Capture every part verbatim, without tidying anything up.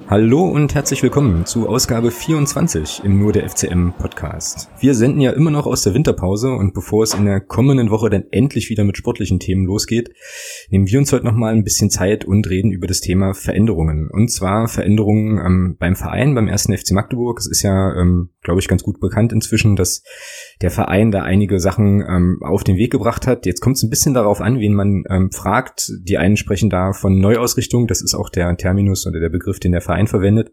Hallo und herzlich willkommen zu Ausgabe vierundzwanzig im Nur der F C M Podcast. Wir senden ja immer noch aus der Winterpause und bevor es in der kommenden Woche dann endlich wieder mit sportlichen Themen losgeht, nehmen wir uns heute nochmal ein bisschen Zeit und reden über das Thema Veränderungen. Und zwar Veränderungen ähm, beim Verein, beim ersten F C Magdeburg. Es ist ja, ähm, glaube ich, ganz gut bekannt inzwischen, dass der Verein da einige Sachen ähm, auf den Weg gebracht hat. Jetzt kommt es ein bisschen darauf an, wen man ähm, fragt. Die einen sprechen da von Neuausrichtung, das ist auch der Terminus oder der Begriff, den der Verein verwendet.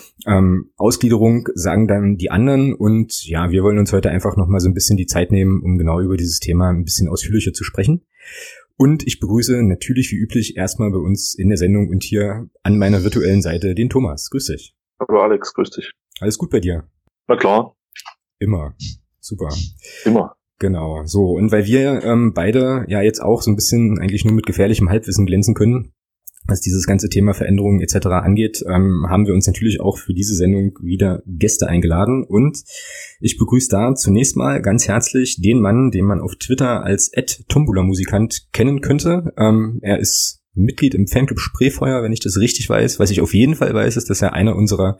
Ähm, Ausgliederung sagen dann die anderen und ja, wir wollen uns heute einfach nochmal so ein bisschen die Zeit nehmen, um genau über dieses Thema ein bisschen ausführlicher zu sprechen. Und ich begrüße natürlich wie üblich erstmal bei uns in der Sendung und hier an meiner virtuellen Seite den Thomas. Grüß dich. Hallo Alex, grüß dich. Alles gut bei dir? Na klar. Immer. Super. Immer. Genau. So, und weil wir ähm, beide ja jetzt auch so ein bisschen eigentlich nur mit gefährlichem Halbwissen glänzen können, was dieses ganze Thema Veränderungen et cetera angeht, ähm, haben wir uns natürlich auch für diese Sendung wieder Gäste eingeladen. Und ich begrüße da zunächst mal ganz herzlich den Mann, den man auf Twitter als at Tombula-Musikant kennen könnte. Ähm, er ist Mitglied im Fanclub Spreefeuer, wenn ich das richtig weiß. Was ich auf jeden Fall weiß, ist, dass er einer unserer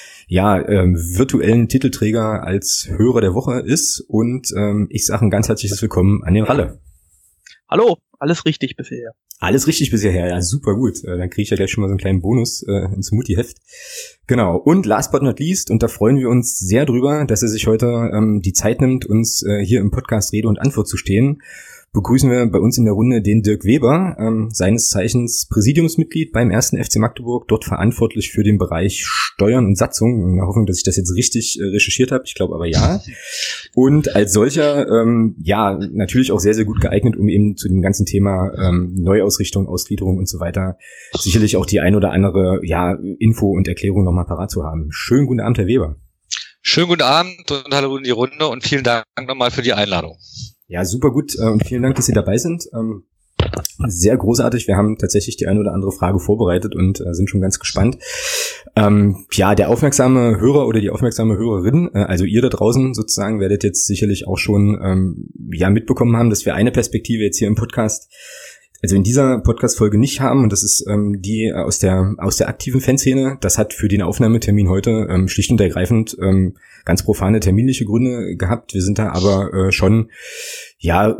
ja ähm, virtuellen Titelträger als Hörer der Woche ist. Und ähm, ich sage ein ganz herzliches Willkommen an den Ralle. Hallo, alles richtig bisher. Alles richtig bisher her, ja, super gut. Äh, dann kriege ich ja gleich schon mal so einen kleinen Bonus äh, ins Mutti-Heft. Genau, und last but not least, und da freuen wir uns sehr drüber, dass er sich heute ähm, die Zeit nimmt, uns äh, hier im Podcast Rede und Antwort zu stehen, begrüßen wir bei uns in der Runde den Dirk Weber, ähm, seines Zeichens Präsidiumsmitglied beim ersten F C Magdeburg, dort verantwortlich für den Bereich Steuern und Satzung. In der Hoffnung, dass ich das jetzt richtig äh, recherchiert habe. Ich glaube aber ja. Und als solcher, ähm, ja, natürlich auch sehr, sehr gut geeignet, um eben zu dem ganzen Thema ähm, Neuausrichtung, Ausgliederung und so weiter sicherlich auch die ein oder andere ja Info und Erklärung nochmal parat zu haben. Schönen guten Abend, Herr Weber. Schönen guten Abend und hallo in die Runde und vielen Dank nochmal für die Einladung. Ja, super gut äh, und vielen Dank, dass Sie dabei sind. Ähm, sehr großartig. Wir haben tatsächlich die eine oder andere Frage vorbereitet und äh, sind schon ganz gespannt. Ähm, ja, der aufmerksame Hörer oder die aufmerksame Hörerin, äh, also ihr da draußen sozusagen, werdet jetzt sicherlich auch schon ähm, ja mitbekommen haben, dass wir eine Perspektive jetzt hier im Podcast, also in dieser Podcast-Folge nicht haben, und das ist ähm, die aus der aus der aktiven Fanszene. Das hat für den Aufnahmetermin heute ähm, schlicht und ergreifend ähm, ganz profane terminliche Gründe gehabt. Wir sind da aber äh, schon ja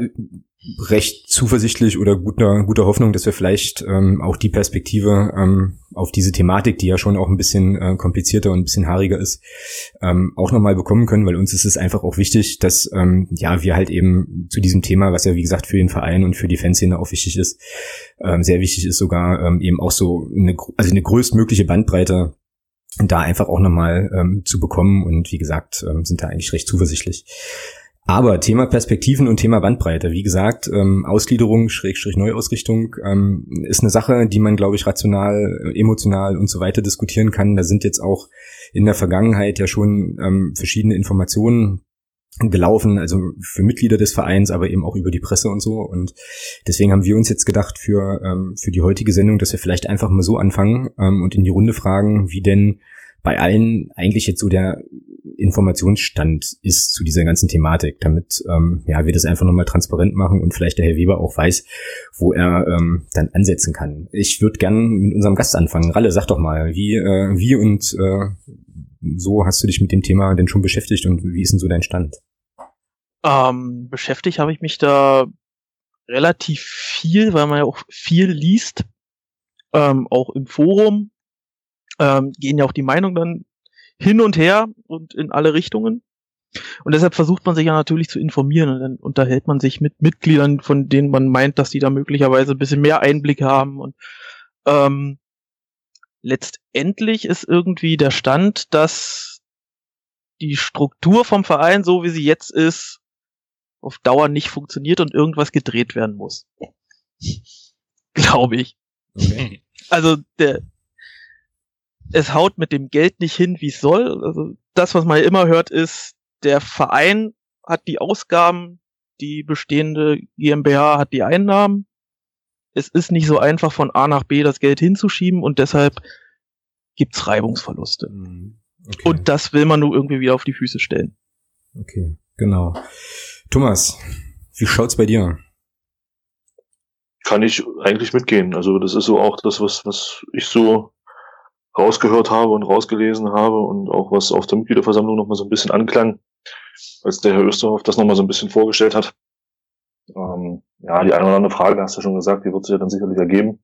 recht zuversichtlich oder guter guter Hoffnung, dass wir vielleicht ähm, auch die Perspektive ähm, auf diese Thematik, die ja schon auch ein bisschen äh, komplizierter und ein bisschen haariger ist, ähm, auch nochmal bekommen können, weil uns ist es einfach auch wichtig, dass ähm, ja wir halt eben zu diesem Thema, was ja wie gesagt für den Verein und für die Fanszene auch wichtig ist, ähm, sehr wichtig ist sogar ähm, eben auch so eine also eine größtmögliche Bandbreite da einfach auch nochmal ähm, zu bekommen, und wie gesagt ähm, sind da eigentlich recht zuversichtlich. Aber Thema Perspektiven und Thema Bandbreite, wie gesagt, ähm, Ausgliederung, Schrägstrich Neuausrichtung, ähm, ist eine Sache, die man, glaube ich, rational, emotional und so weiter diskutieren kann. Da sind jetzt auch in der Vergangenheit ja schon ähm, verschiedene Informationen gelaufen, also für Mitglieder des Vereins, aber eben auch über die Presse und so. Und deswegen haben wir uns jetzt gedacht für ähm, für die heutige Sendung, dass wir vielleicht einfach mal so anfangen ähm, und in die Runde fragen, wie denn bei allen eigentlich jetzt so der Informationsstand ist zu dieser ganzen Thematik, damit ähm, ja wir das einfach nochmal transparent machen und vielleicht der Herr Weber auch weiß, wo er ähm, dann ansetzen kann. Ich würde gern mit unserem Gast anfangen. Ralle, sag doch mal, wie äh, wie und äh, so hast du dich mit dem Thema denn schon beschäftigt und wie ist denn so dein Stand? Ähm, beschäftigt habe ich mich da relativ viel, weil man ja auch viel liest, ähm, auch im Forum ähm, gehen ja auch die Meinungen dann hin und her und in alle Richtungen. Und deshalb versucht man sich ja natürlich zu informieren, und dann unterhält man sich mit Mitgliedern, von denen man meint, dass die da möglicherweise ein bisschen mehr Einblick haben. Und ähm, letztendlich ist irgendwie der Stand, dass die Struktur vom Verein, so wie sie jetzt ist, auf Dauer nicht funktioniert und irgendwas gedreht werden muss. Glaube ich. Okay. Also der es haut mit dem Geld nicht hin, wie es soll. Also das, was man ja immer hört, ist, der Verein hat die Ausgaben, die bestehende GmbH hat die Einnahmen. Es ist nicht so einfach, von A nach B das Geld hinzuschieben, und deshalb gibt's Reibungsverluste. Okay. Und das will man nur irgendwie wieder auf die Füße stellen. Okay, genau. Thomas, wie schaut's bei dir? Kann ich eigentlich mitgehen. Also das ist so auch das, was was ich so rausgehört habe und rausgelesen habe und auch was auf der Mitgliederversammlung nochmal so ein bisschen anklang, als der Herr Österhoff das nochmal so ein bisschen vorgestellt hat. Ähm, ja, die eine oder andere Frage, hast du ja schon gesagt, die wird sich ja dann sicherlich ergeben.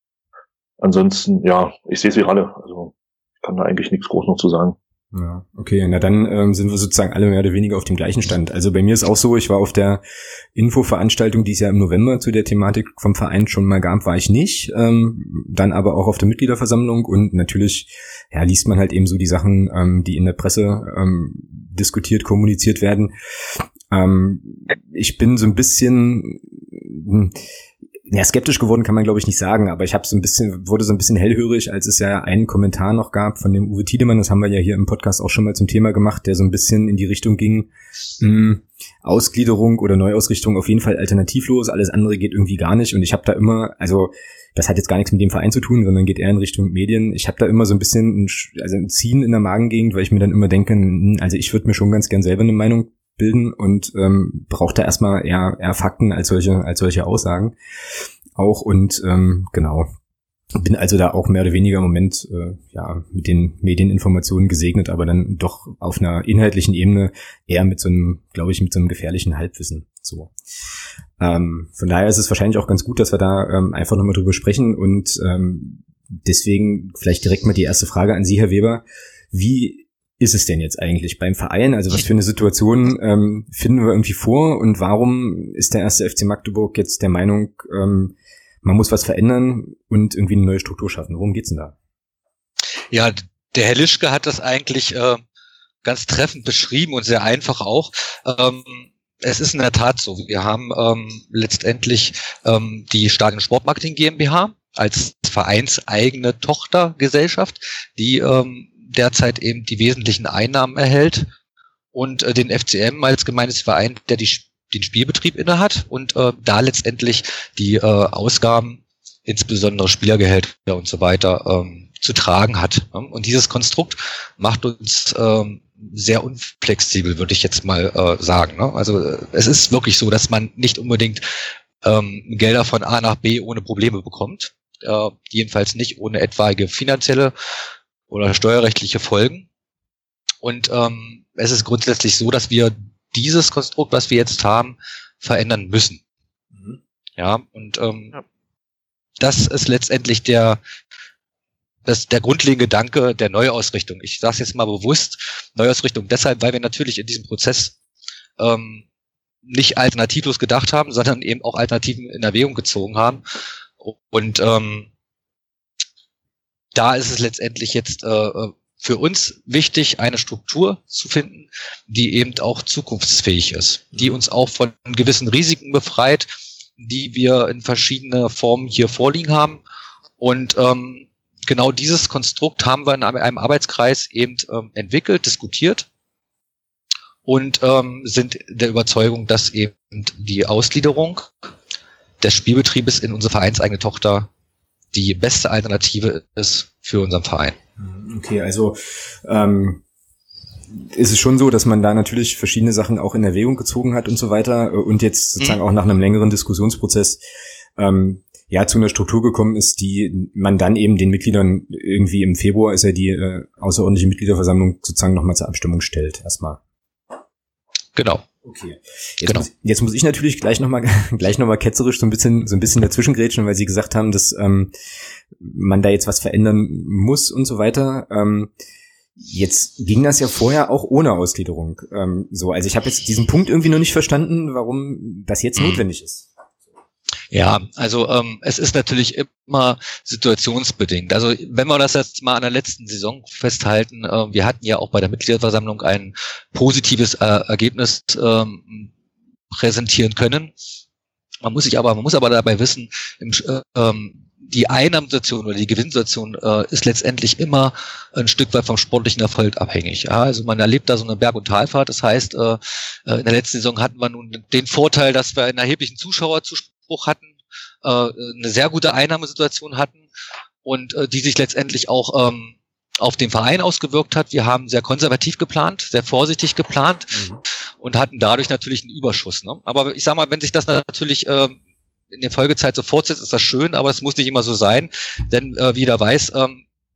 Ansonsten, ja, ich sehe es wie alle. Also ich kann da eigentlich nichts groß noch zu sagen. Ja, okay, na dann ähm, sind wir sozusagen alle mehr oder weniger auf dem gleichen Stand. Also bei mir ist auch so, ich war auf der Infoveranstaltung, die es ja im November zu der Thematik vom Verein schon mal gab, war ich nicht. Ähm, dann aber auch auf der Mitgliederversammlung und natürlich, ja, liest man halt eben so die Sachen, ähm, die in der Presse ähm, diskutiert, kommuniziert werden. Ähm, ich bin so ein bisschen... Hm, Ja, skeptisch geworden kann man, glaube ich, nicht sagen, aber ich habe so ein bisschen, wurde so ein bisschen hellhörig, als es ja einen Kommentar noch gab von dem Uwe Tiedemann, das haben wir ja hier im Podcast auch schon mal zum Thema gemacht, der so ein bisschen in die Richtung ging, mh, Ausgliederung oder Neuausrichtung auf jeden Fall alternativlos, alles andere geht irgendwie gar nicht und ich habe da immer, also das hat jetzt gar nichts mit dem Verein zu tun, sondern geht eher in Richtung Medien, ich habe da immer so ein bisschen ein, also ein Ziehen in der Magengegend, weil ich mir dann immer denke, also ich würde mir schon ganz gern selber eine Meinung bilden und ähm, braucht da erstmal eher, eher Fakten als solche als solche Aussagen auch und ähm, genau, bin also da auch mehr oder weniger im Moment äh, ja mit den Medieninformationen gesegnet, aber dann doch auf einer inhaltlichen Ebene eher mit so einem, glaube ich, mit so einem gefährlichen Halbwissen. So. Ähm, von daher ist es wahrscheinlich auch ganz gut, dass wir da ähm, einfach nochmal drüber sprechen und ähm, deswegen vielleicht direkt mal die erste Frage an Sie, Herr Weber. Wie ist es denn jetzt eigentlich beim Verein? Also was für eine Situation ähm, finden wir irgendwie vor und warum ist der erste F C Magdeburg jetzt der Meinung, ähm, man muss was verändern und irgendwie eine neue Struktur schaffen? Worum geht's denn da? Ja, der Herr Lischke hat das eigentlich äh, ganz treffend beschrieben und sehr einfach auch. Ähm, es ist in der Tat so. Wir haben ähm, letztendlich ähm, die Stadion Sportmarketing GmbH als vereinseigene Tochtergesellschaft, die ähm, derzeit eben die wesentlichen Einnahmen erhält und äh, den F C M als gemeines Verein, der die, den Spielbetrieb innehat und äh, da letztendlich die äh, Ausgaben, insbesondere Spielergehälter und so weiter, ähm, zu tragen hat. Und dieses Konstrukt macht uns ähm, sehr unflexibel, würde ich jetzt mal äh, sagen. Ne? Also äh, es ist wirklich so, dass man nicht unbedingt ähm, Gelder von A nach B ohne Probleme bekommt, äh, jedenfalls nicht ohne etwaige finanzielle oder steuerrechtliche Folgen. Und ähm, es ist grundsätzlich so, dass wir dieses Konstrukt, was wir jetzt haben, verändern müssen. Mhm. Ja, und ähm, ja. das ist letztendlich der das der grundlegende Gedanke der Neuausrichtung. Ich sage es jetzt mal bewusst, Neuausrichtung deshalb, weil wir natürlich in diesem Prozess ähm, nicht alternativlos gedacht haben, sondern eben auch Alternativen in Erwägung gezogen haben. Und ähm, da ist es letztendlich jetzt äh, für uns wichtig, eine Struktur zu finden, die eben auch zukunftsfähig ist, die uns auch von gewissen Risiken befreit, die wir in verschiedener Formen hier vorliegen haben. Und ähm, genau dieses Konstrukt haben wir in einem Arbeitskreis eben ähm, entwickelt, diskutiert und ähm, sind der Überzeugung, dass eben die Ausgliederung des Spielbetriebes in unsere vereinseigene Tochter die beste Alternative ist für unseren Verein. Okay, also ähm, ist es schon so, dass man da natürlich verschiedene Sachen auch in Erwägung gezogen hat und so weiter und jetzt sozusagen mhm. auch nach einem längeren Diskussionsprozess ähm, ja zu einer Struktur gekommen ist, die man dann eben den Mitgliedern irgendwie im Februar ist ja die äh, außerordentliche Mitgliederversammlung sozusagen nochmal zur Abstimmung stellt erstmal. Genau. Okay. Jetzt, genau. muss, jetzt muss ich natürlich gleich nochmal gleich noch mal ketzerisch so ein bisschen so ein bisschen dazwischen grätschen, weil Sie gesagt haben, dass ähm, man da jetzt was verändern muss und so weiter. Ähm, jetzt ging das ja vorher auch ohne Ausgliederung. Ähm, so, also ich habe jetzt diesen Punkt irgendwie noch nicht verstanden, warum das jetzt mhm. notwendig ist. Ja, also ähm, es ist natürlich immer situationsbedingt. Also wenn wir das jetzt mal an der letzten Saison festhalten, äh, wir hatten ja auch bei der Mitgliederversammlung ein positives äh, Ergebnis ähm, präsentieren können. Man muss sich aber, man muss aber dabei wissen, im, äh, ähm, die Einnahmensituation oder die Gewinnsituation äh, ist letztendlich immer ein Stück weit vom sportlichen Erfolg abhängig. Ja, also man erlebt da so eine Berg- und Talfahrt. Das heißt, äh, in der letzten Saison hatten wir nun den Vorteil, dass wir einen erheblichen Zuschauerzuspruch hatten, äh, eine sehr gute Einnahmesituation hatten und äh, die sich letztendlich auch ähm, auf den Verein ausgewirkt hat. Wir haben sehr konservativ geplant, sehr vorsichtig geplant mhm. und hatten dadurch natürlich einen Überschuss. Ne? Aber ich sag mal, wenn sich das natürlich äh, in der Folgezeit so fortsetzt, ist das schön, aber es muss nicht immer so sein, denn äh, wie jeder weiß, ähm,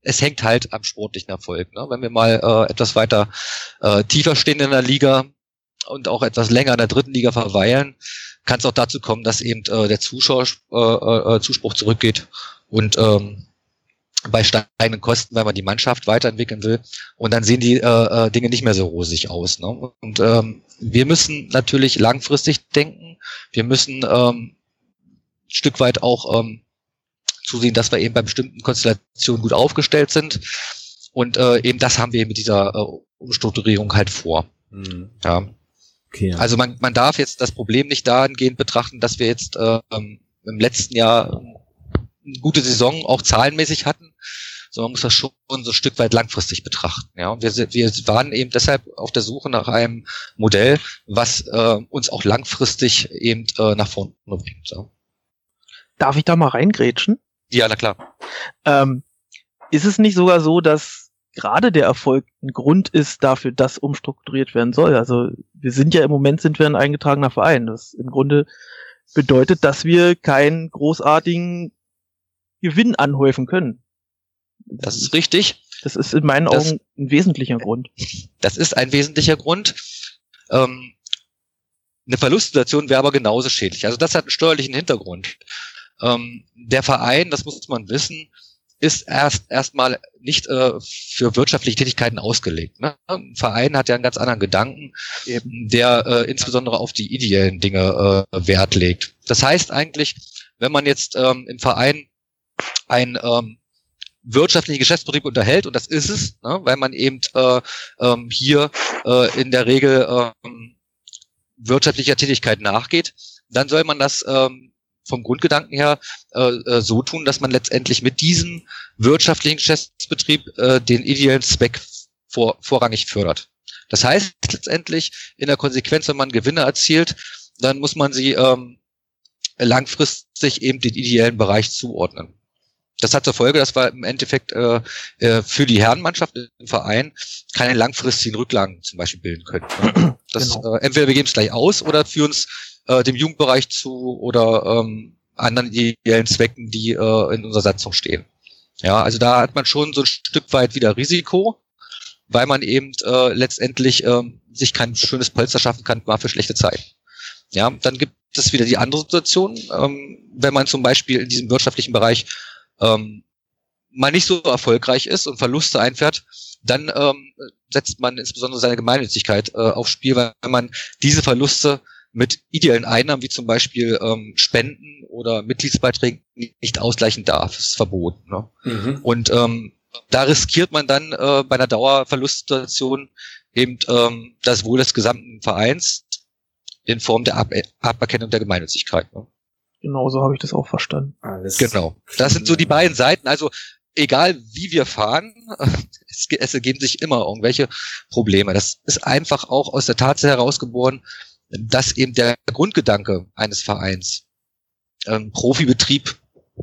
es hängt halt am sportlichen Erfolg. Ne? Wenn wir mal äh, etwas weiter äh, tiefer stehen in der Liga und auch etwas länger in der dritten Liga verweilen, kann es auch dazu kommen, dass eben äh, der Zuschauer, äh, äh, Zuspruch zurückgeht und ähm, bei steigenden Kosten, weil man die Mannschaft weiterentwickeln will, und dann sehen die äh, Dinge nicht mehr so rosig aus. Ne? Und ähm, wir müssen natürlich langfristig denken. Wir müssen ähm, ein Stück weit auch ähm, zusehen, dass wir eben bei bestimmten Konstellationen gut aufgestellt sind. Und äh, eben das haben wir mit dieser äh, Umstrukturierung halt vor. Mhm. Ja. Okay, ja. Also man, man darf jetzt das Problem nicht dahingehend betrachten, dass wir jetzt äh, im letzten Jahr eine gute Saison auch zahlenmäßig hatten, sondern man muss das schon so ein Stück weit langfristig betrachten. Ja, und wir, wir waren eben deshalb auf der Suche nach einem Modell, was äh, uns auch langfristig eben äh, nach vorne bringt. Ja. Darf ich da mal reingrätschen? Ja, na klar. Ähm, ist es nicht sogar so, dass gerade der Erfolg ein Grund ist dafür, dass umstrukturiert werden soll? Also wir sind ja im Moment sind wir ein eingetragener Verein. Das im Grunde bedeutet, dass wir keinen großartigen Gewinn anhäufen können. Das ist richtig. Das ist in meinen das, Augen ein wesentlicher Grund. Das ist ein wesentlicher Grund. Ähm, eine Verlustsituation wäre aber genauso schädlich. Also das hat einen steuerlichen Hintergrund. Ähm, der Verein, das muss man wissen, ist erst erstmal nicht äh, für wirtschaftliche Tätigkeiten ausgelegt. Ne? Ein Verein hat ja einen ganz anderen Gedanken, eben, der äh, insbesondere auf die ideellen Dinge äh, Wert legt. Das heißt eigentlich, wenn man jetzt ähm, im Verein ein ähm, wirtschaftlichen Geschäftsbetrieb unterhält, und das ist es, ne, weil man eben äh, ähm, hier äh, in der Regel ähm, wirtschaftlicher Tätigkeit nachgeht, dann soll man das ähm, vom Grundgedanken her äh, äh, so tun, dass man letztendlich mit diesem wirtschaftlichen Geschäftsbetrieb äh, den ideellen Zweck vor, vorrangig fördert. Das heißt letztendlich in der Konsequenz, wenn man Gewinne erzielt, dann muss man sie ähm, langfristig eben den ideellen Bereich zuordnen. Das hat zur Folge, dass wir im Endeffekt äh, äh, für die Herrenmannschaft im Verein keine langfristigen Rücklagen zum Beispiel bilden können. Ne? Das, genau. äh, entweder wir geben es gleich aus oder führen es äh, dem Jugendbereich zu oder ähm, anderen ideellen Zwecken, die äh, in unserer Satzung stehen. Ja, also da hat man schon so ein Stück weit wieder Risiko, weil man eben äh, letztendlich äh, sich kein schönes Polster schaffen kann, mal für schlechte Zeiten. Ja, dann gibt es wieder die andere Situation, ähm, wenn man zum Beispiel in diesem wirtschaftlichen Bereich ähm, mal nicht so erfolgreich ist und Verluste einfährt, dann ähm, setzt man insbesondere seine Gemeinnützigkeit äh, aufs Spiel, weil man diese Verluste mit ideellen Einnahmen, wie zum Beispiel ähm, Spenden oder Mitgliedsbeiträgen, nicht ausgleichen darf. Das ist verboten. Ne? Mhm. Und ähm, da riskiert man dann äh, bei einer Dauerverlustsituation eben ähm, das Wohl des gesamten Vereins in Form der Ab- Aberkennung der Gemeinnützigkeit. Ne? Genau, so habe ich das auch verstanden. Alles genau. Das sind so die beiden Seiten. Also egal wie wir fahren, es, es ergeben sich immer irgendwelche Probleme. Das ist einfach auch aus der Tatsache herausgeboren, dass eben der Grundgedanke eines Vereins ähm, Profibetrieb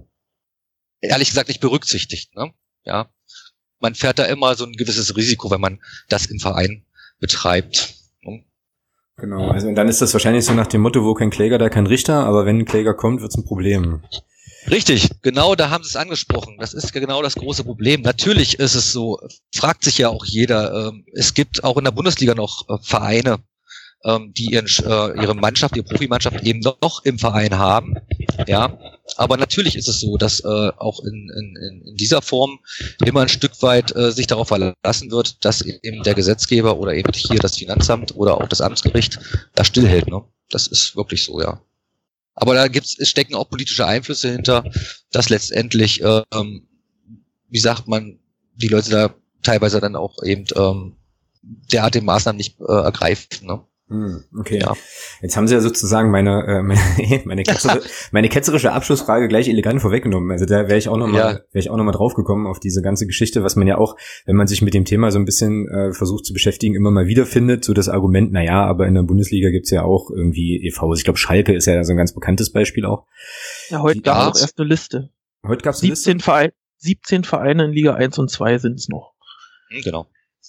ehrlich gesagt nicht berücksichtigt. Ne? Ja, man fährt da immer so ein gewisses Risiko, wenn man das im Verein betreibt. Ne? Genau, also und dann ist das wahrscheinlich so nach dem Motto, wo kein Kläger, da kein Richter, aber wenn ein Kläger kommt, wird's ein Problem. Richtig, genau, da haben Sie es angesprochen. Das ist genau das große Problem. Natürlich ist es so, fragt sich ja auch jeder, ähm, es gibt auch in der Bundesliga noch äh, Vereine, ähm, die ihren, äh, ihre Mannschaft, ihre Profimannschaft eben noch im Verein haben. Ja, aber natürlich ist es so, dass äh, auch in, in, in dieser Form immer ein Stück weit äh, sich darauf verlassen wird, dass eben der Gesetzgeber oder eben hier das Finanzamt oder auch das Amtsgericht da stillhält. Ne? Das ist wirklich so, ja. Aber da gibt's, es stecken auch politische Einflüsse hinter, dass letztendlich, ähm, wie sagt man, die Leute da teilweise dann auch eben ähm, derartige Maßnahmen nicht äh, ergreifen. Ne? Hm, okay. Ja. Jetzt haben Sie ja sozusagen meine äh, meine, meine, ketzere, meine ketzerische Abschlussfrage gleich elegant vorweggenommen. Also da wäre ich auch nochmal ja. wäre ich auch noch mal drauf gekommen auf diese ganze Geschichte, was man ja auch, wenn man sich mit dem Thema so ein bisschen äh, versucht zu beschäftigen, immer mal wieder findet, so das Argument, naja, aber in der Bundesliga gibt's ja auch irgendwie E Vs. Ich glaube, Schalke ist ja so ein ganz bekanntes Beispiel auch. Ja, heute gab es auch erst eine Liste. Heute gab's eine siebzehn Liste? Vereine, siebzehn Vereine in Liga eins und zwei sind's noch. Genau.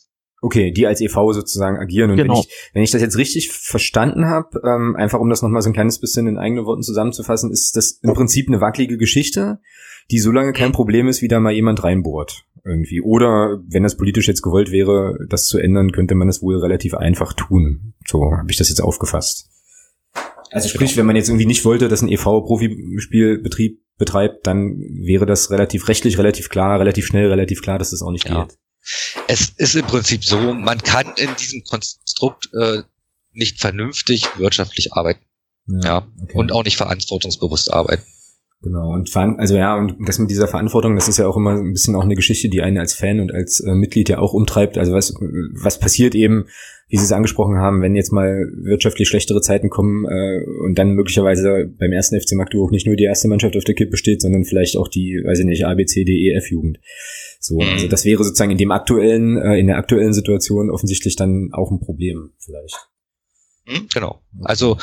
Okay, die als E V sozusagen agieren. Und genau. wenn ich wenn ich das jetzt richtig verstanden habe, ähm, einfach um das nochmal so ein kleines bisschen in eigenen Worten zusammenzufassen, ist das im Prinzip eine wackelige Geschichte, die so lange kein Problem ist, wie da mal jemand reinbohrt irgendwie. Oder wenn das politisch jetzt gewollt wäre, das zu ändern, könnte man es wohl relativ einfach tun. So habe ich das jetzt aufgefasst. Also sprich, genau. Wenn man jetzt irgendwie nicht wollte, dass ein E V Profispielbetrieb betreibt, dann wäre das relativ rechtlich relativ klar, relativ schnell, relativ klar, dass das auch nicht ja. geht. Es ist im Prinzip so, man kann in diesem Konstrukt äh, nicht vernünftig wirtschaftlich arbeiten. Ja, ja okay. Und auch nicht verantwortungsbewusst arbeiten. Genau, und also ja, und das mit dieser Verantwortung, das ist ja auch immer ein bisschen auch eine Geschichte, die einen als Fan und als äh, Mitglied ja auch umtreibt. Also was was passiert eben, wie Sie es angesprochen haben, wenn jetzt mal wirtschaftlich schlechtere Zeiten kommen äh, und dann möglicherweise beim ersten F C Magdeburg nicht nur die erste Mannschaft auf der Kippe steht, sondern vielleicht auch die, weiß ich nicht, A, B, C, D, E, F-Jugend. So, also das wäre sozusagen in dem aktuellen, äh, in der aktuellen Situation offensichtlich dann auch ein Problem vielleicht. Genau. Also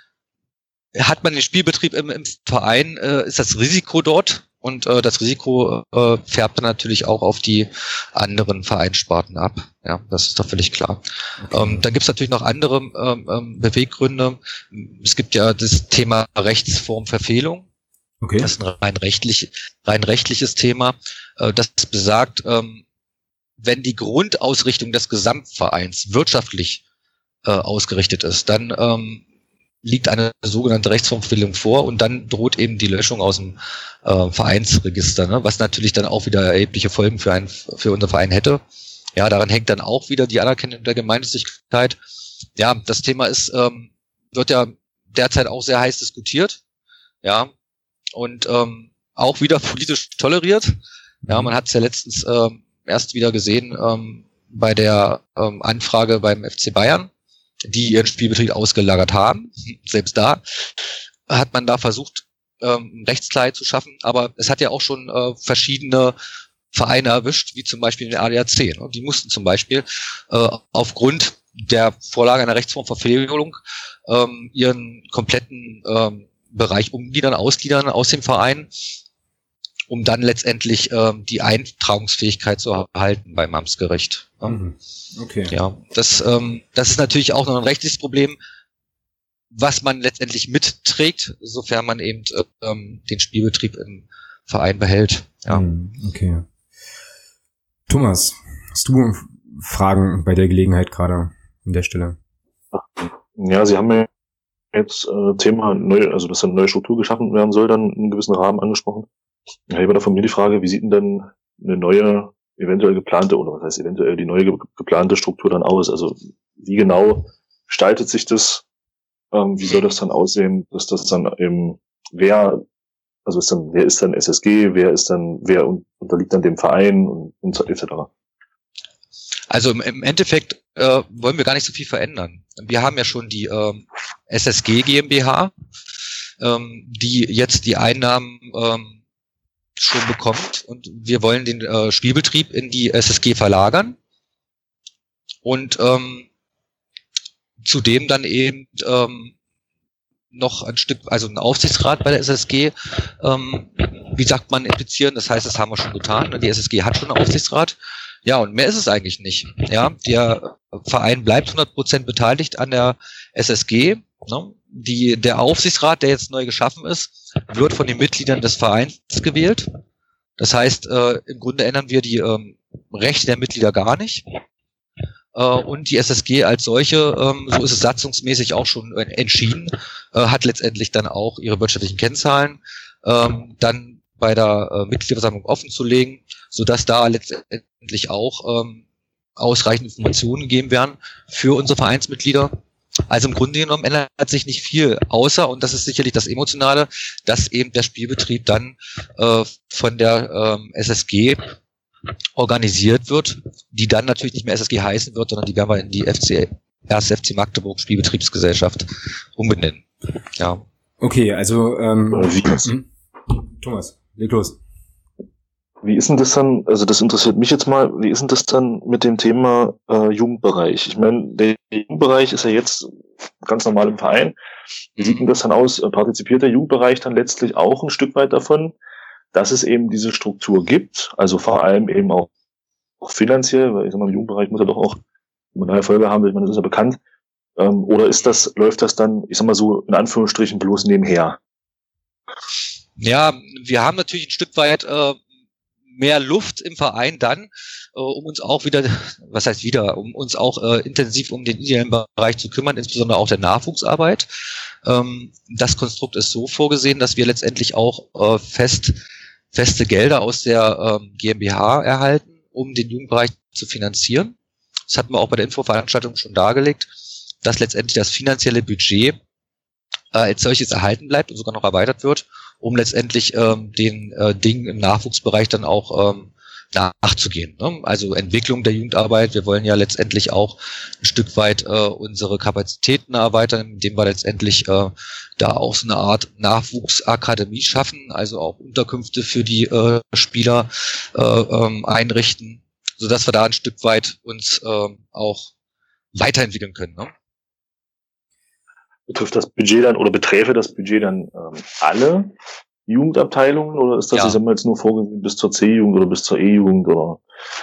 hat man den Spielbetrieb im, im Verein, äh, ist das Risiko dort und äh, das Risiko äh, färbt dann natürlich auch auf die anderen Vereinssparten ab. Ja, das ist doch völlig klar. Okay. Ähm, dann gibt es natürlich noch andere ähm, Beweggründe. Es gibt ja das Thema Rechtsformverfehlung. Okay. Das ist ein rein, rechtlich, rein rechtliches Thema. Äh, das besagt, ähm, wenn die Grundausrichtung des Gesamtvereins wirtschaftlich äh, ausgerichtet ist, dann ähm, liegt eine sogenannte Rechtsformverfehlung vor und dann droht eben die Löschung aus dem äh, Vereinsregister, ne? Was natürlich dann auch wieder erhebliche Folgen für, einen, für unser Verein hätte. Ja, daran hängt dann auch wieder die Anerkennung der Gemeinnützigkeit. Ja, das Thema ist, ähm, wird ja derzeit auch sehr heiß diskutiert. Ja, und ähm, auch wieder politisch toleriert. Ja, man hat es ja letztens ähm, erst wieder gesehen ähm, bei der ähm, Anfrage beim F C Bayern, die ihren Spielbetrieb ausgelagert haben. Selbst da hat man da versucht, ähm, Rechtsklarheit zu schaffen, aber es hat ja auch schon äh, verschiedene Vereine erwischt, wie zum Beispiel den A D A C. Ne? Die mussten zum Beispiel äh, aufgrund der Vorlage einer Rechtsformverfehlung ähm, ihren kompletten ähm, Bereich umgliedern, ausgliedern aus dem Verein, um dann letztendlich ähm, die Eintragungsfähigkeit zu erhalten beim Amtsgericht. Mhm. Okay. Ja, das, ähm, das ist natürlich auch noch ein rechtliches Problem, was man letztendlich mitträgt, sofern man eben ähm, den Spielbetrieb im Verein behält. Ja. Okay. Thomas, hast du Fragen bei der Gelegenheit gerade an der Stelle? Ja, Sie haben ja jetzt äh, Thema neu, also dass eine neue Struktur geschaffen werden soll, dann in einem gewissen Rahmen angesprochen. Ja, hier war da von mir die Frage, wie sieht denn denn eine neue, eventuell geplante, oder was heißt eventuell die neue ge- geplante Struktur dann aus? Also wie genau gestaltet sich das? Ähm, wie soll das dann aussehen, dass das dann eben, wer, also ist dann, wer ist dann S S G, wer ist dann, wer unterliegt dann dem Verein und, und et cetera. Also im, im Endeffekt äh, wollen wir gar nicht so viel verändern. Wir haben ja schon die ähm, S S G GmbH, ähm, die jetzt die Einnahmen ähm, schon bekommt, und wir wollen den äh, Spielbetrieb in die S S G verlagern und ähm, zudem dann eben ähm, noch ein Stück, also ein Aufsichtsrat bei der S S G, ähm, wie sagt man, implizieren. Das heißt, das haben wir schon getan. Die S S G hat schon einen Aufsichtsrat. Ja, und mehr ist es eigentlich nicht. Ja, der Verein bleibt hundert Prozent beteiligt an der S S G. Ne? Die, der Aufsichtsrat, der jetzt neu geschaffen ist, wird von den Mitgliedern des Vereins gewählt. Das heißt, äh, im Grunde ändern wir die ähm, Rechte der Mitglieder gar nicht. Äh, und die S S G als solche, ähm, so ist es satzungsmäßig auch schon entschieden, äh, hat letztendlich dann auch ihre wirtschaftlichen Kennzahlen ähm, dann bei der äh, Mitgliederversammlung offen zu legen, sodass da letztendlich auch ähm, ausreichend Informationen gegeben werden für unsere Vereinsmitglieder. Also im Grunde genommen ändert sich nicht viel, außer, und das ist sicherlich das Emotionale, dass eben der Spielbetrieb dann äh, von der ähm, S S G organisiert wird, die dann natürlich nicht mehr S S G heißen wird, sondern die werden wir in die F C, erste F C Magdeburg Spielbetriebsgesellschaft umbenennen. Ja. Okay, also ähm, hm? Thomas, leg los. Wie ist denn das dann, also das interessiert mich jetzt mal, wie ist denn das dann mit dem Thema äh, Jugendbereich? Ich meine, der Jugendbereich ist ja jetzt ganz normal im Verein. Wie sieht denn das dann aus? Partizipiert der Jugendbereich dann letztlich auch ein Stück weit davon, dass es eben diese Struktur gibt? Also vor allem eben auch, auch finanziell, weil ich sag mal, im Jugendbereich muss ja doch auch eine neue Folge haben will, ich meine, das ist ja bekannt. Ähm, oder ist das, läuft das dann, ich sag mal so, in Anführungsstrichen bloß nebenher? Ja, wir haben natürlich ein Stück weit äh, mehr Luft im Verein dann, äh, um uns auch wieder, was heißt wieder, um uns auch äh, intensiv um den ideellen Bereich zu kümmern, insbesondere auch der Nachwuchsarbeit. Ähm, das Konstrukt ist so vorgesehen, dass wir letztendlich auch äh, fest, feste Gelder aus der ähm, GmbH erhalten, um den Jugendbereich zu finanzieren. Das hatten wir auch bei der Infoveranstaltung schon dargelegt, dass letztendlich das finanzielle Budget äh, als solches erhalten bleibt und sogar noch erweitert wird, um letztendlich ähm, den äh, Dingen im Nachwuchsbereich dann auch ähm, nachzugehen. Ne? Also Entwicklung der Jugendarbeit. Wir wollen ja letztendlich auch ein Stück weit äh, unsere Kapazitäten erweitern, indem wir letztendlich äh, da auch so eine Art Nachwuchsakademie schaffen, also auch Unterkünfte für die äh, Spieler äh, ähm, einrichten, sodass wir da ein Stück weit uns äh, auch weiterentwickeln können. Ne? Betrifft das Budget dann oder beträfe das Budget dann ähm, alle Jugendabteilungen oder ist das, Ja. ich sag mal, jetzt nur vorgesehen bis zur C-Jugend oder bis zur E-Jugend oder?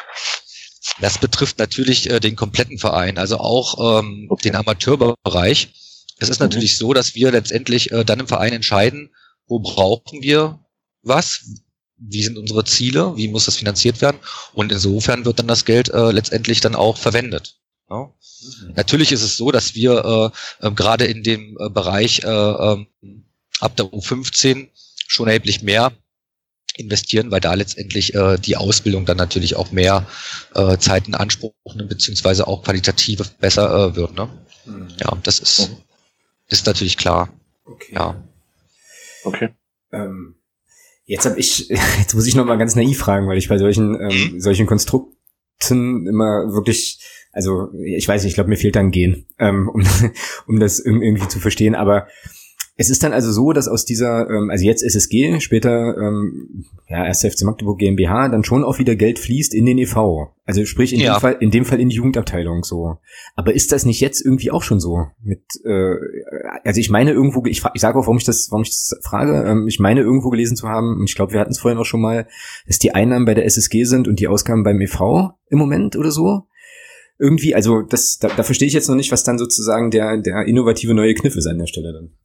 Das betrifft natürlich äh, den kompletten Verein, also auch ähm, okay. den Amateurbereich. Es ist mhm. natürlich so, dass wir letztendlich äh, dann im Verein entscheiden, wo brauchen wir was, wie sind unsere Ziele, wie muss das finanziert werden und insofern wird dann das Geld äh, letztendlich dann auch verwendet. Ja. Mhm. Natürlich ist es so, dass wir äh, äh, gerade in dem äh, Bereich äh, äh, ab der U fünfzehn schon erheblich mehr investieren, weil da letztendlich äh, die Ausbildung dann natürlich auch mehr äh, Zeit in Anspruch nimmt, beziehungsweise auch qualitativ besser äh, wird. Ne? Mhm. Ja, das ist, mhm. ist natürlich klar. Okay. Ja. Okay. Ähm, jetzt habe ich, jetzt muss ich noch mal ganz naiv fragen, weil ich bei solchen ähm, mhm. solchen Konstrukten immer wirklich, also ich weiß nicht, ich glaube, mir fehlt da ein Gen, ähm, um, um das irgendwie zu verstehen, aber es ist dann also so, dass aus dieser, ähm, also jetzt S S G, später ähm, ja erster F C Magdeburg GmbH, dann schon auch wieder Geld fließt in den E V. Also sprich in ja. dem Fall, in dem Fall in die Jugendabteilung so. Aber ist das nicht jetzt irgendwie auch schon so? Mit, äh, also ich meine irgendwo, ich, ich sage auch, warum ich das, warum ich das frage. Ähm, ich meine irgendwo gelesen zu haben, und ich glaube, wir hatten es vorhin auch schon mal, dass die Einnahmen bei der S S G sind und die Ausgaben beim E V im Moment oder so. Irgendwie, also das, da, da verstehe ich jetzt noch nicht, was dann sozusagen der der innovative neue Kniff ist an der Stelle dann.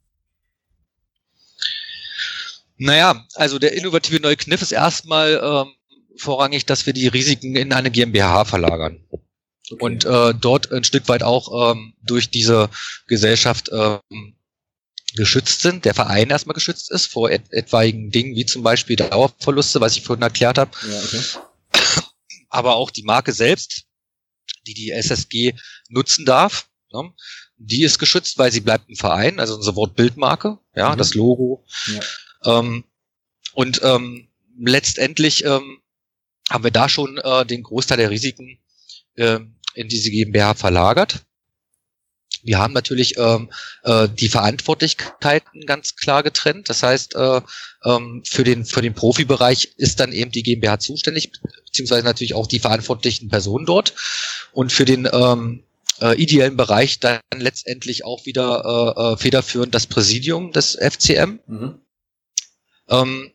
Naja, also der innovative neue Kniff ist erstmal ähm, vorrangig, dass wir die Risiken in eine GmbH verlagern. Okay. Und äh, dort ein Stück weit auch ähm, durch diese Gesellschaft ähm, geschützt sind, der Verein erstmal geschützt ist vor et- etwaigen Dingen wie zum Beispiel Dauerverluste, was ich vorhin erklärt habe. Ja, okay. Aber auch die Marke selbst, die die S S G nutzen darf, ne? Die ist geschützt, weil sie bleibt ein Verein, also unser Wort Bildmarke, ja, mhm. das Logo. Ja. Ähm, und ähm, letztendlich ähm, haben wir da schon äh, den Großteil der Risiken äh, in diese GmbH verlagert. Wir haben natürlich ähm, äh, die Verantwortlichkeiten ganz klar getrennt. Das heißt, äh, ähm, für den für den Profibereich ist dann eben die GmbH zuständig, beziehungsweise natürlich auch die verantwortlichen Personen dort. Und für den ähm, äh, ideellen Bereich dann letztendlich auch wieder äh, äh, federführend das Präsidium des F C M. Mhm. Ähm,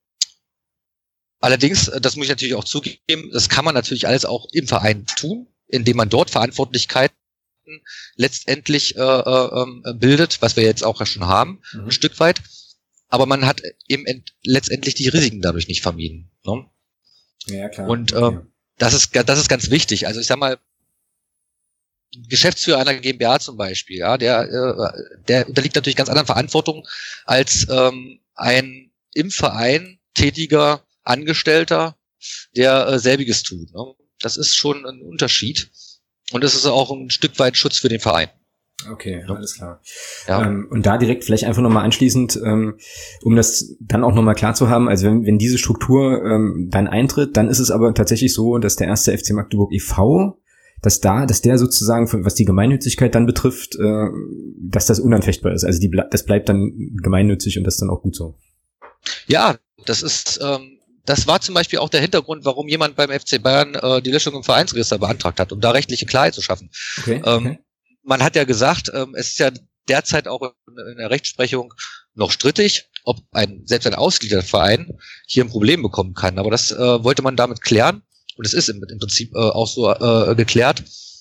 allerdings, das muss ich natürlich auch zugeben, das kann man natürlich alles auch im Verein tun, indem man dort Verantwortlichkeiten letztendlich äh, äh, bildet, was wir jetzt auch schon haben, mhm. ein Stück weit. Aber man hat eben ent- letztendlich die Risiken dadurch nicht vermieden. Ne? Ja, klar. Und äh, okay. das ist das ist ganz wichtig. Also ich sag mal, Geschäftsführer einer GmbH zum Beispiel, ja, der äh, der unterliegt natürlich ganz anderen Verantwortungen als ähm, ein im Verein tätiger Angestellter, der äh, selbiges tut. Ne? Das ist schon ein Unterschied. Und es ist auch ein Stück weit Schutz für den Verein. Okay, ja. alles klar. Ja. Ähm, und da direkt vielleicht einfach nochmal anschließend, ähm, um das dann auch nochmal klar zu haben, also wenn, wenn diese Struktur ähm, dann eintritt, dann ist es aber tatsächlich so, dass der erste F C Magdeburg e V, dass da, dass der sozusagen, was die Gemeinnützigkeit dann betrifft, äh, dass das unanfechtbar ist. Also die, das bleibt dann gemeinnützig und das ist dann auch gut so. Ja, das ist, ähm, das war zum Beispiel auch der Hintergrund, warum jemand beim F C Bayern äh, die Löschung im Vereinsregister beantragt hat, um da rechtliche Klarheit zu schaffen. Okay, ähm, okay. Man hat ja gesagt, ähm, es ist ja derzeit auch in, in der Rechtsprechung noch strittig, ob ein selbst ein ausgegliederter Verein hier ein Problem bekommen kann. Aber das äh, wollte man damit klären und es ist im, im Prinzip äh, auch so äh, geklärt.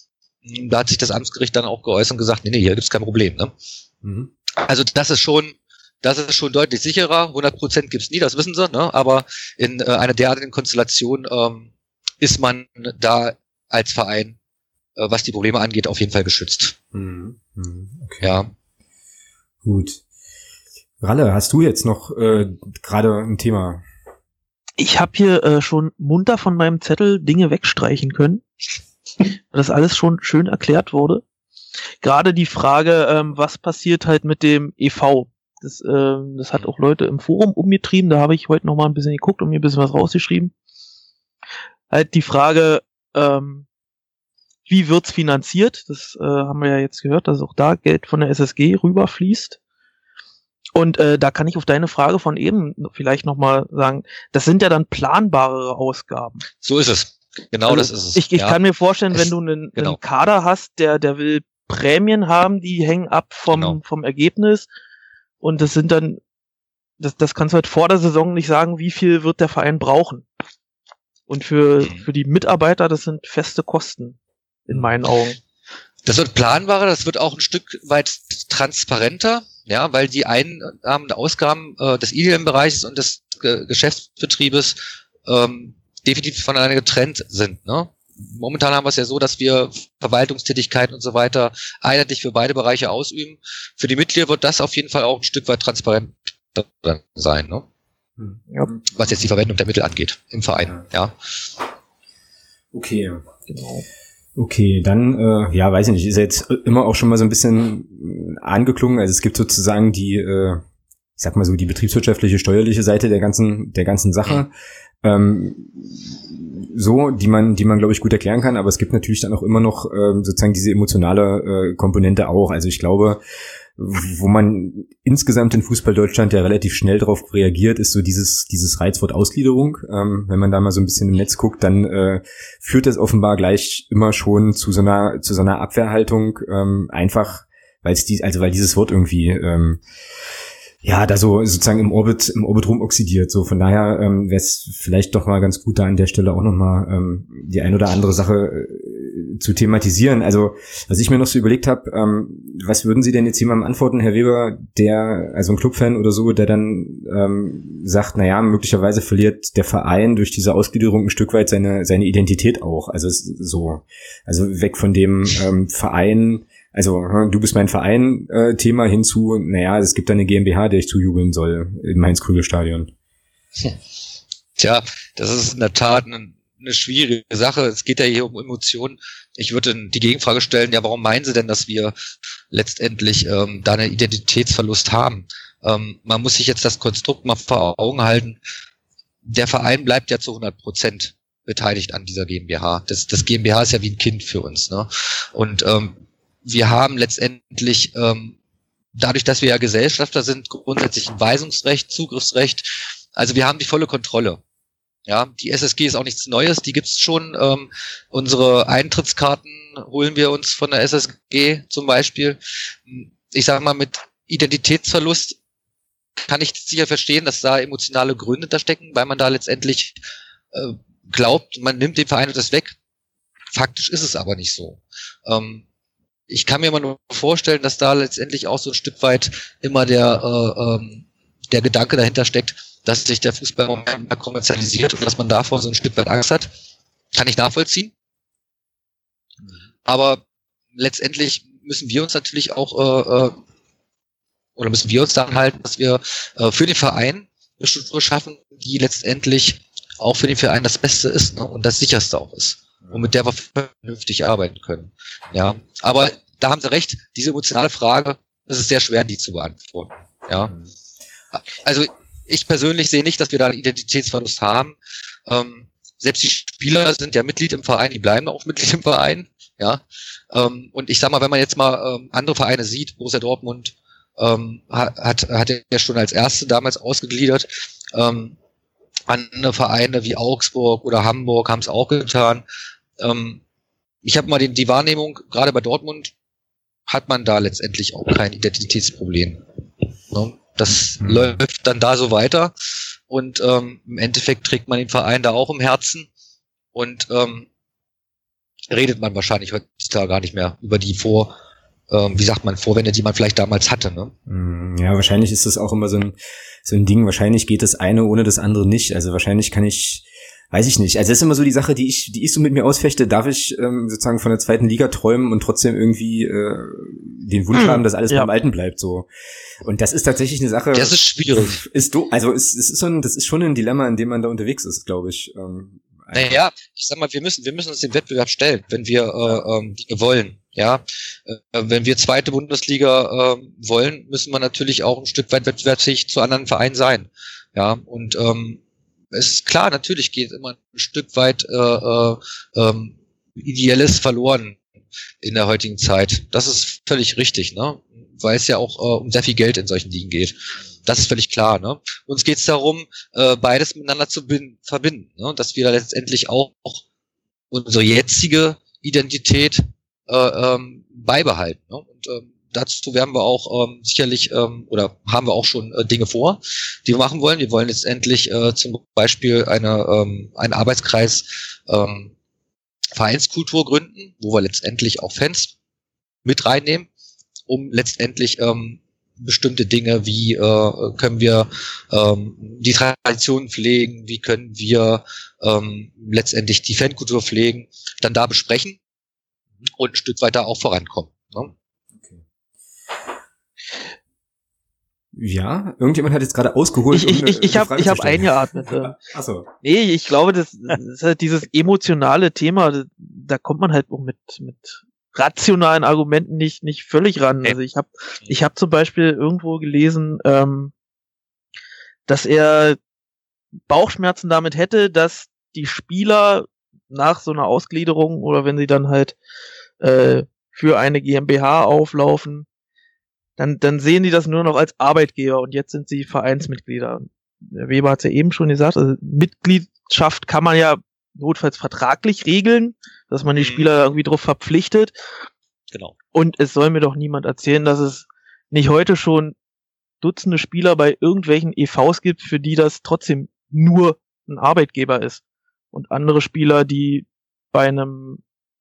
Da hat sich das Amtsgericht dann auch geäußert und gesagt, nee, nee, hier gibt's kein Problem. Ne? Mhm. Also das ist schon, das ist schon deutlich sicherer. hundert Prozent gibt's nie, das wissen sie. Ne? Aber in äh, einer derartigen Konstellation ähm, ist man da als Verein, äh, was die Probleme angeht, auf jeden Fall geschützt. Mhm. Okay. Ja. Gut. Ralle, hast du jetzt noch äh, gerade ein Thema? Ich habe hier äh, schon munter von meinem Zettel Dinge wegstreichen können. Das alles schon schön erklärt wurde. Gerade die Frage, ähm, was passiert halt mit dem E V. Das, äh, das hat auch Leute im Forum umgetrieben. Da habe ich heute noch mal ein bisschen geguckt und mir ein bisschen was rausgeschrieben. Halt die Frage, ähm, wie wird's finanziert? Das äh, haben wir ja jetzt gehört, dass auch da Geld von der S S G rüberfließt. Und äh, da kann ich auf deine Frage von eben vielleicht noch mal sagen, das sind ja dann planbare Ausgaben. So ist es. Genau, also das ist es. Ich, ich ja. kann mir vorstellen, es, wenn du einen, genau. einen Kader hast, der der will Prämien haben, die hängen ab vom genau. vom Ergebnis und das sind dann, das das kannst du halt vor der Saison nicht sagen, wie viel wird der Verein brauchen. Und für mhm. für die Mitarbeiter, das sind feste Kosten in meinen Augen. Das wird planbarer, das wird auch ein Stück weit transparenter, ja, weil die Einnahmen und Ausgaben äh, des I D M-Bereiches und des Ge- Geschäftsbetriebes ähm, definitiv voneinander getrennt sind. Ne? Momentan haben wir es ja so, dass wir Verwaltungstätigkeiten und so weiter einheitlich für beide Bereiche ausüben. Für die Mitglieder wird das auf jeden Fall auch ein Stück weit transparent sein, ne? Ja. Was jetzt die Verwendung der Mittel angeht im Verein. Ja. Okay, genau. Okay, dann, äh, ja, weiß ich nicht, ist ja jetzt immer auch schon mal so ein bisschen angeklungen. Also es gibt sozusagen die, äh, ich sag mal so, die betriebswirtschaftliche, steuerliche Seite der ganzen, der ganzen Sache. Mhm. Ähm, so, die man, die man, glaube ich, gut erklären kann, aber es gibt natürlich dann auch immer noch ähm, sozusagen diese emotionale äh, Komponente auch. Also ich glaube, wo man insgesamt in Fußball Deutschland ja relativ schnell darauf reagiert, ist so dieses dieses Reizwort Ausgliederung. Ähm, wenn man da mal so ein bisschen im Netz guckt, dann äh, führt das offenbar gleich immer schon zu so einer zu so einer Abwehrhaltung, ähm, einfach weil es die, also weil dieses Wort irgendwie ähm, ja, da so sozusagen im Orbit, im Orbit rum oxidiert. So, von daher ähm, wäre es vielleicht doch mal ganz gut, da an der Stelle auch nochmal ähm, die ein oder andere Sache äh, zu thematisieren. Also, was ich mir noch so überlegt habe, ähm, was würden Sie denn jetzt jemandem antworten, Herr Weber, der, also ein Clubfan oder so, der dann ähm, sagt, naja, möglicherweise verliert der Verein durch diese Ausgliederung ein Stück weit seine seine Identität auch. Also es ist so, also weg von dem ähm, Verein, also du bist mein Verein äh, Thema hinzu, naja, es gibt da eine GmbH, der ich zujubeln soll im Heinz-Krügel-Stadion. Tja, das ist in der Tat eine, eine schwierige Sache. Es geht ja hier um Emotionen. Ich würde die Gegenfrage stellen, ja, warum meinen Sie denn, dass wir letztendlich ähm, da einen Identitätsverlust haben? Ähm, man muss sich jetzt das Konstrukt mal vor Augen halten. Der Verein bleibt ja zu hundert Prozent beteiligt an dieser GmbH. Das, das GmbH ist ja wie ein Kind für uns, ne? Und ähm, wir haben letztendlich, ähm, dadurch, dass wir ja Gesellschafter sind, grundsätzlich ein Weisungsrecht, Zugriffsrecht. Also wir haben die volle Kontrolle. Ja, die S S G ist auch nichts Neues, die gibt's schon. Ähm, unsere Eintrittskarten holen wir uns von der S S G zum Beispiel. Ich sage mal, mit Identitätsverlust kann ich sicher verstehen, dass da emotionale Gründe da stecken, weil man da letztendlich äh, glaubt, man nimmt dem Verein das weg. Faktisch ist es aber nicht so. Ähm, Ich kann mir immer nur vorstellen, dass da letztendlich auch so ein Stück weit immer der äh, ähm, der Gedanke dahinter steckt, dass sich der Fußball im Moment mehr kommerzialisiert und dass man davor so ein Stück weit Angst hat. Kann ich nachvollziehen. Aber letztendlich müssen wir uns natürlich auch äh, äh, oder müssen wir uns daran halten, dass wir äh, für den Verein eine Struktur schaffen, die letztendlich auch für den Verein das Beste ist, ne? Und das sicherste auch ist. Und mit der wir vernünftig arbeiten können. Ja, aber da haben Sie recht, diese emotionale Frage, es ist sehr schwer, die zu beantworten. Ja, also ich persönlich sehe nicht, dass wir da einen Identitätsverlust haben. Ähm, selbst die Spieler sind ja Mitglied im Verein, die bleiben auch Mitglied im Verein. Ja, ähm, und ich sag mal, wenn man jetzt mal ähm, andere Vereine sieht, Borussia Dortmund ähm, hat hat ja schon als erste damals ausgegliedert. Ähm, andere Vereine wie Augsburg oder Hamburg haben es auch getan. Ähm, ich habe mal die, die Wahrnehmung, gerade bei Dortmund hat man da letztendlich auch kein Identitätsproblem. Ne? Das mhm. läuft dann da so weiter und ähm, im Endeffekt trägt man den Verein da auch im Herzen und ähm, redet man wahrscheinlich heutzutage gar nicht mehr über die Vor, ähm, wie sagt man, Vorwände, die man vielleicht damals hatte, ne? Ja, wahrscheinlich ist das auch immer so ein, so ein Ding, wahrscheinlich geht das eine ohne das andere nicht. Also wahrscheinlich kann ich, weiß ich nicht. Also das ist immer so die Sache, die ich, die ich so mit mir ausfechte. Darf ich ähm, sozusagen von der zweiten Liga träumen und trotzdem irgendwie äh, den Wunsch haben, dass alles ja. beim Alten bleibt, so. Und das ist tatsächlich eine Sache. Das ist schwierig. Ist du, also es, es ist so ein, das ist schon ein Dilemma, in dem man da unterwegs ist, glaube ich. Ähm, Naja, ich sag mal, wir müssen, wir müssen uns den Wettbewerb stellen, wenn wir äh, ähm, Dinge wollen. Ja, äh, wenn wir zweite Bundesliga äh, wollen, müssen wir natürlich auch ein Stück weit wettbewerbsfähig zu anderen Vereinen sein. Ja, und ähm, es ist klar, natürlich geht immer ein Stück weit äh, äh, ähm, Ideelles verloren in der heutigen Zeit. Das ist völlig richtig, ne? Weil es ja auch äh, um sehr viel Geld in solchen Ligen geht. Das ist völlig klar, ne? Uns geht es darum, äh, beides miteinander zu bin- verbinden, ne? Dass wir da letztendlich auch, auch unsere jetzige Identität äh, ähm, beibehalten, ne? Und ähm, dazu werden wir auch ähm, sicherlich ähm, oder haben wir auch schon äh, Dinge vor, die wir machen wollen. Wir wollen letztendlich äh, zum Beispiel eine ähm, einen Arbeitskreis ähm, Vereinskultur gründen, wo wir letztendlich auch Fans mit reinnehmen, um letztendlich ähm, bestimmte Dinge, wie äh, können wir ähm, die Tradition pflegen, wie können wir ähm, letztendlich die Fankultur pflegen, dann da besprechen und ein Stück weiter auch vorankommen. Ne? Okay. Ja, irgendjemand hat jetzt gerade ausgeholt. Ich, ich, ich, ich habe ich hab eingeatmet. Ach so. Nee, ich glaube, das, das ist halt dieses emotionale Thema, da kommt man halt auch mit mit rationalen Argumenten nicht nicht völlig ran. Also ich habe ich habe zum Beispiel irgendwo gelesen, ähm, dass er Bauchschmerzen damit hätte, dass die Spieler nach so einer Ausgliederung oder wenn sie dann halt äh, für eine GmbH auflaufen, dann dann sehen die das nur noch als Arbeitgeber und jetzt sind sie Vereinsmitglieder. Der Weber hat es ja eben schon gesagt, also Mitgliedschaft kann man ja notfalls vertraglich regeln, dass man die Spieler irgendwie drauf verpflichtet. Genau. Und es soll mir doch niemand erzählen, dass es nicht heute schon Dutzende Spieler bei irgendwelchen E Vs gibt, für die das trotzdem nur ein Arbeitgeber ist. Und andere Spieler, die bei einem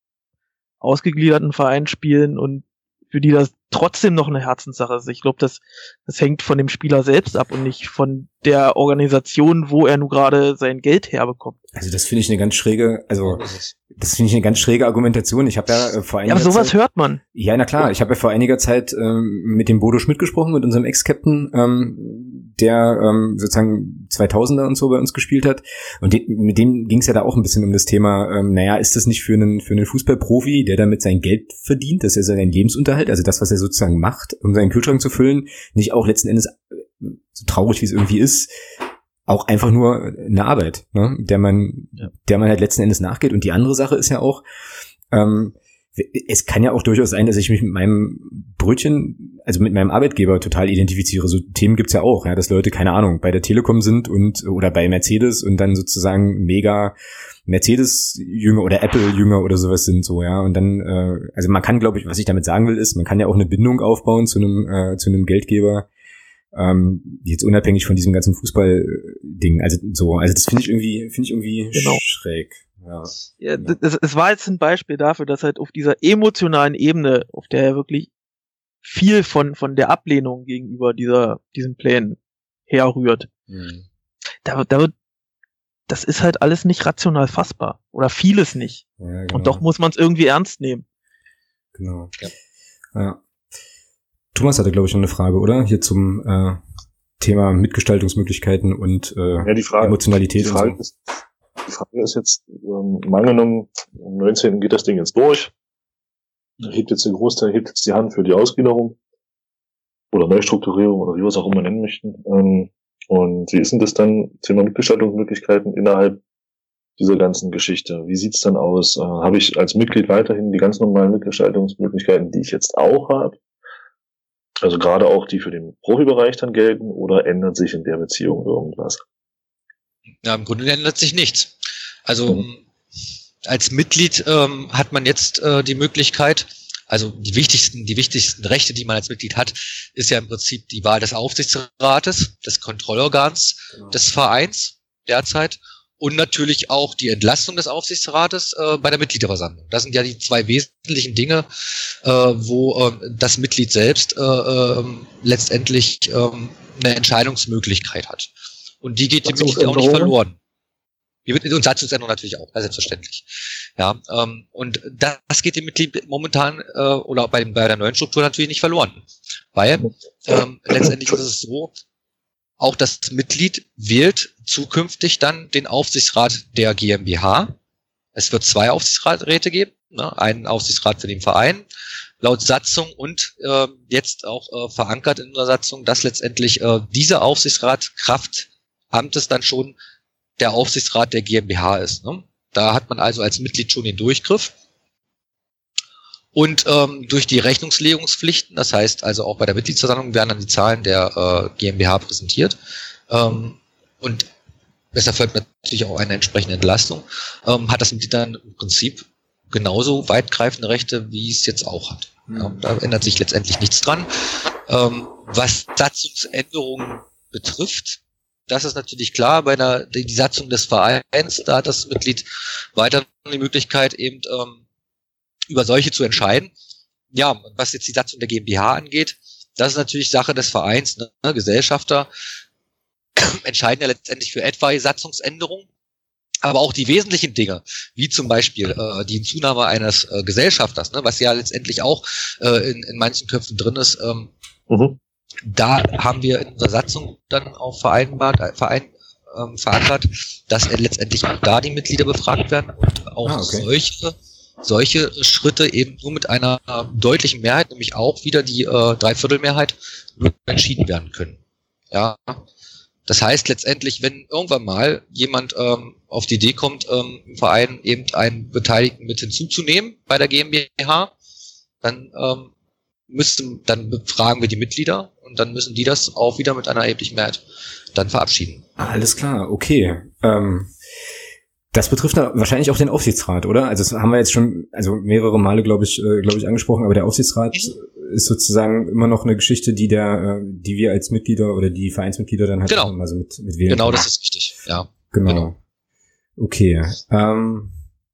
ausgegliederten Verein spielen und für die das trotzdem noch eine Herzenssache ist. Ich glaube, das, das hängt von dem Spieler selbst ab und nicht von der Organisation, wo er nun gerade sein Geld herbekommt. Also das finde ich eine ganz schräge, also das finde ich eine ganz schräge Argumentation. Ich habe ja äh, vor einiger Zeit... Ja, aber sowas Zeit, hört man. Ja, na klar. Ich habe ja vor einiger Zeit ähm, mit dem Bodo Schmidt gesprochen, mit unserem Ex-Captain, ähm, der ähm, sozusagen zweitausender und so bei uns gespielt hat. Und de- mit dem ging es ja da auch ein bisschen um das Thema, ähm, naja, ist das nicht für einen für einen Fußballprofi, der damit sein Geld verdient, das ist ja sein Lebensunterhalt, also das, was er sozusagen macht, um seinen Kühlschrank zu füllen, nicht auch letzten Endes, so traurig wie es irgendwie ist, auch einfach nur eine Arbeit, ne, der man, ja. der man halt letzten Endes nachgeht. Und die andere Sache ist ja auch, ähm, es kann ja auch durchaus sein, dass ich mich mit meinem Brötchen, also mit meinem Arbeitgeber total identifiziere. So Themen gibt's ja auch, ja, dass Leute, keine Ahnung, bei der Telekom sind und oder bei Mercedes und dann sozusagen mega Mercedes-Jünger oder Apple-Jünger oder sowas sind, so, ja. Und dann, äh, also man kann, glaube ich, was ich damit sagen will, ist, man kann ja auch eine Bindung aufbauen zu einem, äh, zu einem Geldgeber, ähm, jetzt unabhängig von diesem ganzen Fußball-Ding. Also so, also das finde ich irgendwie, finde ich irgendwie genau. schräg. Ja. Ja, das, es war jetzt ein Beispiel dafür, dass halt auf dieser emotionalen Ebene, auf der er wirklich viel von von der Ablehnung gegenüber dieser diesen Plänen herrührt. Mhm. Da, da wird, das ist halt alles nicht rational fassbar oder vieles nicht. Ja, genau. Und doch muss man es irgendwie ernst nehmen. Genau. Ja. Ja. Thomas hatte, glaube ich, noch eine Frage, oder? Hier zum äh, Thema Mitgestaltungsmöglichkeiten und äh, ja, die Frage, Emotionalität. Die Frage, und so. ist, die Frage ist jetzt, ähm, mal angenommen, am neunzehnten geht das Ding jetzt durch. Da hebt jetzt der Großteil, hebt jetzt die Hand für die Ausgliederung oder Neustrukturierung oder wie wir es auch immer nennen möchten. Ähm, und wie ist denn das dann, Thema Mitgestaltungsmöglichkeiten innerhalb dieser ganzen Geschichte? Wie sieht's dann aus? Äh, habe ich als Mitglied weiterhin die ganz normalen Mitgestaltungsmöglichkeiten, die ich jetzt auch habe? Also gerade auch die für den Profibereich dann gelten, oder ändert sich in der Beziehung irgendwas? Ja, im Grunde ändert sich nichts. Also mhm. als Mitglied ähm, hat man jetzt äh, die Möglichkeit, also die wichtigsten, die wichtigsten Rechte, die man als Mitglied hat, ist ja im Prinzip die Wahl des Aufsichtsrates, des Kontrollorgans, genau. des Vereins derzeit und natürlich auch die Entlastung des Aufsichtsrates äh, bei der Mitgliederversammlung. Das sind ja die zwei wesentlichen Dinge, äh, wo äh, das Mitglied selbst äh, äh, letztendlich äh, eine Entscheidungsmöglichkeit hat. Und die geht dem Mitglied auch nicht verloren. Und Satzungsänderung natürlich auch, selbstverständlich. Ja, ähm, und das geht dem Mitglied momentan äh, oder bei, dem, bei der neuen Struktur natürlich nicht verloren. Weil ähm, letztendlich ist es so, auch das Mitglied wählt zukünftig dann den Aufsichtsrat der GmbH. Es wird zwei Aufsichtsräte geben, ne? Einen Aufsichtsrat für den Verein, laut Satzung und äh, jetzt auch äh, verankert in der Satzung, dass letztendlich äh, dieser Aufsichtsrat Kraft Amtes dann schon der Aufsichtsrat der GmbH ist. Ne? Da hat man also als Mitglied schon den Durchgriff. Und ähm, durch die Rechnungslegungspflichten, das heißt also auch bei der Mitgliedsversammlung werden dann die Zahlen der äh, GmbH präsentiert. Ähm, und es erfolgt natürlich auch eine entsprechende Entlastung, ähm, hat das Mitglied dann im Prinzip genauso weitgreifende Rechte, wie es jetzt auch hat. Mhm. Ja, da ändert sich letztendlich nichts dran. Ähm, was Satzungsänderungen betrifft, das ist natürlich klar, bei einer die Satzung des Vereins, da hat das Mitglied weiter die Möglichkeit, eben ähm, über solche zu entscheiden. Ja, was jetzt die Satzung der GmbH angeht, das ist natürlich Sache des Vereins. Ne? Gesellschafter entscheiden ja letztendlich für etwaige Satzungsänderungen, aber auch die wesentlichen Dinge, wie zum Beispiel äh, die Hinzunahme eines äh, Gesellschafters, ne? Was ja letztendlich auch äh, in, in manchen Köpfen drin ist. Ähm, mhm. Da haben wir in unserer Satzung dann auch vereinbart, äh, verein, ähm, verankert, dass äh, letztendlich auch da die Mitglieder befragt werden und auch ah, okay. solche solche Schritte eben nur mit einer deutlichen Mehrheit, nämlich auch wieder die äh, Dreiviertelmehrheit, entschieden werden können. Ja, das heißt letztendlich, wenn irgendwann mal jemand ähm, auf die Idee kommt, ähm, im Verein eben einen Beteiligten mit hinzuzunehmen bei der GmbH, dann ähm, müssten, dann befragen wir die Mitglieder und dann müssen die das auch wieder mit einer erheblichen Mehrheit dann verabschieden. Alles klar, okay. Ähm Das betrifft da wahrscheinlich auch den Aufsichtsrat, oder? Also das haben wir jetzt schon, also mehrere Male, glaube ich, äh, glaube ich, angesprochen. Aber der Aufsichtsrat mhm. ist sozusagen immer noch eine Geschichte, die der, äh, die wir als Mitglieder oder die Vereinsmitglieder dann halt genau. also mit mit wählen. Genau, das ist richtig. Ja. Genau. genau. Okay. Ähm,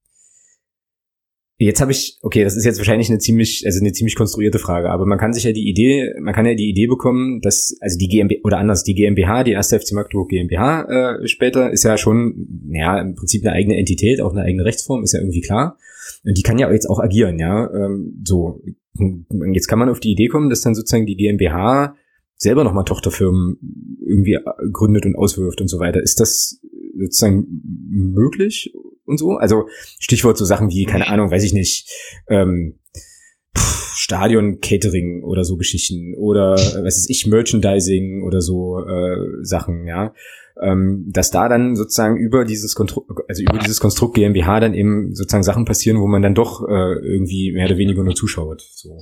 jetzt habe ich, okay, das ist jetzt wahrscheinlich eine ziemlich, also eine ziemlich konstruierte Frage, aber man kann sich ja die Idee, man kann ja die Idee bekommen, dass, also die GmbH, oder anders, die GmbH, die erste F C Magdeburg GmbH äh, später, ist ja schon, ja, im Prinzip eine eigene Entität, auch eine eigene Rechtsform, ist ja irgendwie klar. Und die kann ja jetzt auch agieren, ja, ähm, so. Jetzt kann man auf die Idee kommen, dass dann sozusagen die GmbH selber nochmal Tochterfirmen irgendwie gründet und auswirft und so weiter. Ist das sozusagen möglich? Und so, also Stichwort so Sachen wie, keine Ahnung, weiß ich nicht, ähm, pff, Stadion-Catering oder so Geschichten oder, was ist ich, Merchandising oder so äh, Sachen, ja, ähm, dass da dann sozusagen über dieses Konstrukt, also über dieses Konstrukt GmbH dann eben sozusagen Sachen passieren, wo man dann doch äh, irgendwie mehr oder weniger nur zuschaut, so.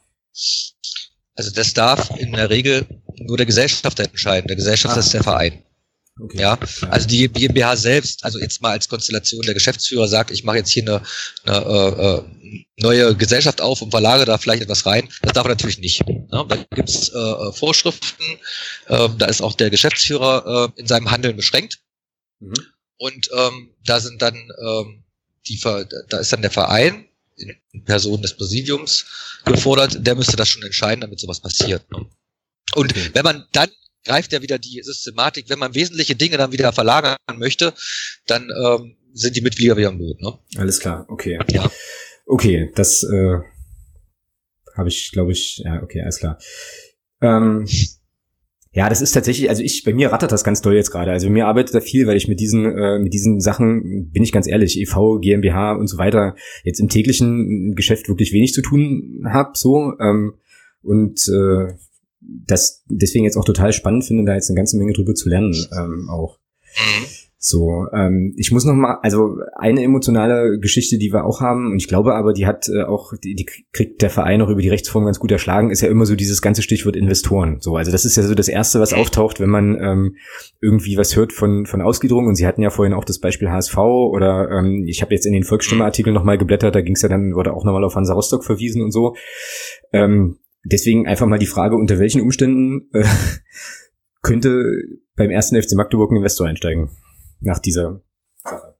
Also das darf in der Regel nur der Gesellschafter entscheiden. Der Gesellschafter ah. ist der Verein. Okay. Ja, also die GmbH selbst, also jetzt mal als Konstellation, der Geschäftsführer sagt, ich mache jetzt hier eine, eine äh, neue Gesellschaft auf und verlagere da vielleicht etwas rein. Das darf er natürlich nicht. Ja, da gibt es äh, Vorschriften, äh, da ist auch der Geschäftsführer äh, in seinem Handeln beschränkt. Mhm. Und ähm, da sind dann ähm, die, da ist dann der Verein in Person des Präsidiums gefordert, der müsste das schon entscheiden, damit sowas passiert. Ne? Und okay. wenn man dann greift ja wieder die Systematik, wenn man wesentliche Dinge dann wieder verlagern möchte, dann ähm, sind die Mitglieder wieder im Boot. Ne? Alles klar, okay. Ja. Okay, das äh, habe ich, glaube ich, ja, okay, alles klar. Ähm, ja, das ist tatsächlich, also ich, bei mir rattert das ganz doll jetzt gerade. Also bei mir arbeitet da viel, weil ich mit diesen, äh, mit diesen Sachen, bin ich ganz ehrlich, E V, GmbH und so weiter, jetzt im täglichen Geschäft wirklich wenig zu tun habe, so. Ähm, und äh, das deswegen jetzt auch total spannend finde, da jetzt eine ganze Menge drüber zu lernen, ähm, auch. Mhm. So, ähm, ich muss noch mal, also eine emotionale Geschichte, die wir auch haben, und ich glaube aber, die hat äh, auch, die, die kriegt der Verein auch über die Rechtsform ganz gut erschlagen, ist ja immer so dieses ganze Stichwort Investoren. So, also das ist ja so das Erste, was auftaucht, wenn man ähm, irgendwie was hört von von Ausgliederung. Und Sie hatten ja vorhin auch das Beispiel H S V oder ähm, ich habe jetzt in den Volksstimme-Artikel noch mal geblättert, da ging es ja dann, wurde auch nochmal auf Hansa Rostock verwiesen und so. Ähm, deswegen einfach mal die Frage, unter welchen Umständen äh, könnte beim ersten F C Magdeburg ein Investor einsteigen? Nach dieser Sache.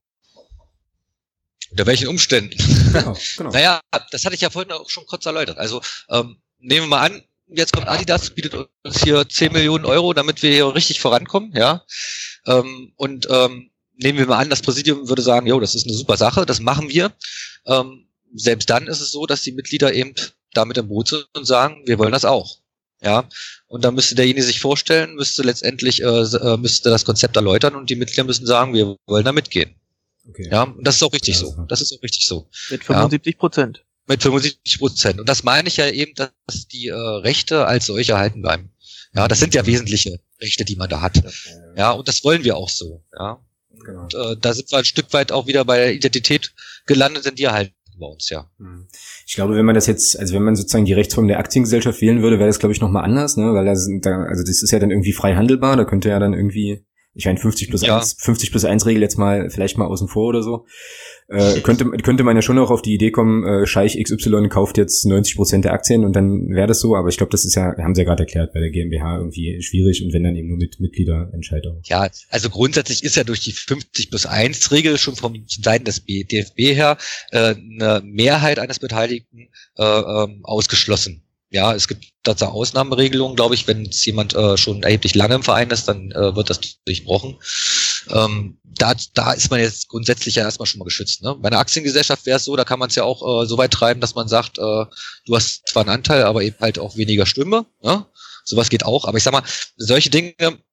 Unter welchen Umständen? Genau, genau. Naja, das hatte ich ja vorhin auch schon kurz erläutert. Also ähm, nehmen wir mal an, jetzt kommt Adidas, bietet uns hier zehn Millionen Euro, damit wir hier richtig vorankommen, ja. Ähm, und ähm, nehmen wir mal an, das Präsidium würde sagen, jo, das ist eine super Sache, das machen wir. Ähm, selbst dann ist es so, dass die Mitglieder eben damit im Boot sind und sagen, wir wollen das auch. Ja, und dann müsste derjenige sich vorstellen, müsste letztendlich äh, müsste das Konzept erläutern und die Mitglieder müssen sagen, wir wollen da mitgehen. Okay. Ja, und das ist auch richtig ja, so. Das ist auch richtig so. Mit fünfundsiebzig Prozent. Ja, mit fünfundsiebzig Prozent. Und das meine ich ja eben, dass die äh, Rechte als solche erhalten bleiben. Ja, das sind ja wesentliche Rechte, die man da hat. Ja, und das wollen wir auch so. Ja. Genau. Und äh, da sind wir ein Stück weit auch wieder bei der Identität gelandet, denn die erhalten bei uns, ja. Ich glaube, wenn man das jetzt, also wenn man sozusagen die Rechtsform der Aktiengesellschaft wählen würde, wäre das, glaube ich, nochmal anders, ne? Weil das, da, also das ist ja dann irgendwie frei handelbar, da könnte ja dann irgendwie, ich meine, fünfzig plus eins, fünfzig plus eins Regel jetzt mal, vielleicht mal außen vor oder so. Äh, könnte, könnte man ja schon auch auf die Idee kommen, äh, Scheich X Y kauft jetzt neunzig Prozent der Aktien und dann wäre das so, aber ich glaube, das ist ja, haben Sie ja gerade erklärt, bei der GmbH irgendwie schwierig und wenn dann eben nur mit Mitgliederentscheidung. Ja, also grundsätzlich ist ja durch die fünfzig plus eins Regel schon vom Seiten des D F B her äh, eine Mehrheit eines Beteiligten äh, ähm, ausgeschlossen. Ja, es gibt dazu Ausnahmeregelungen, glaube ich, wenn jetzt jemand äh, schon erheblich lange im Verein ist, dann äh, wird das durchbrochen. Ähm, da, da ist man jetzt grundsätzlich ja erstmal schon mal geschützt. Ne? Bei einer Aktiengesellschaft wäre es so, da kann man es ja auch äh, so weit treiben, dass man sagt, äh, du hast zwar einen Anteil, aber eben halt auch weniger Stimme. Ne? Sowas geht auch. Aber ich sag mal, solche Dinge,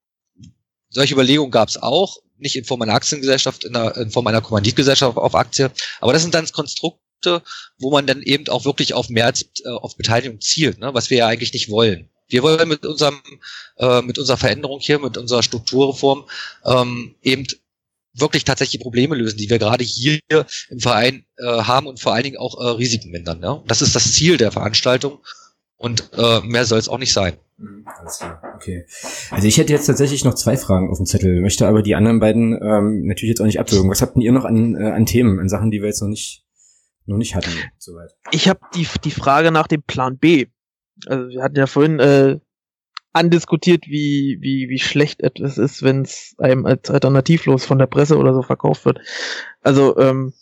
solche Überlegungen gab es auch, nicht in Form einer Aktiengesellschaft, in, einer, in Form einer Kommanditgesellschaft auf Aktie. Aber das sind dann Konstrukte, wo man dann eben auch wirklich auf mehr als äh, auf Beteiligung zielt, ne? Was wir ja eigentlich nicht wollen. Wir wollen mit unserem äh, mit unserer Veränderung hier, mit unserer Strukturreform ähm, eben wirklich tatsächlich Probleme lösen, die wir gerade hier im Verein äh, haben und vor allen Dingen auch äh, Risiken mindern. Ne? Das ist das Ziel der Veranstaltung und äh, mehr soll es auch nicht sein. Alles klar, okay. Also ich hätte jetzt tatsächlich noch zwei Fragen auf dem Zettel, möchte aber die anderen beiden ähm, natürlich jetzt auch nicht abwürgen. Was habt denn ihr noch an, äh, an Themen, an Sachen, die wir jetzt noch nicht noch nicht hatten, soweit? Ich habe die die Frage nach dem Plan B. Also wir hatten ja vorhin äh, andiskutiert, wie wie wie schlecht etwas ist, wenn es einem als alternativlos von der Presse oder so verkauft wird. Also ähm,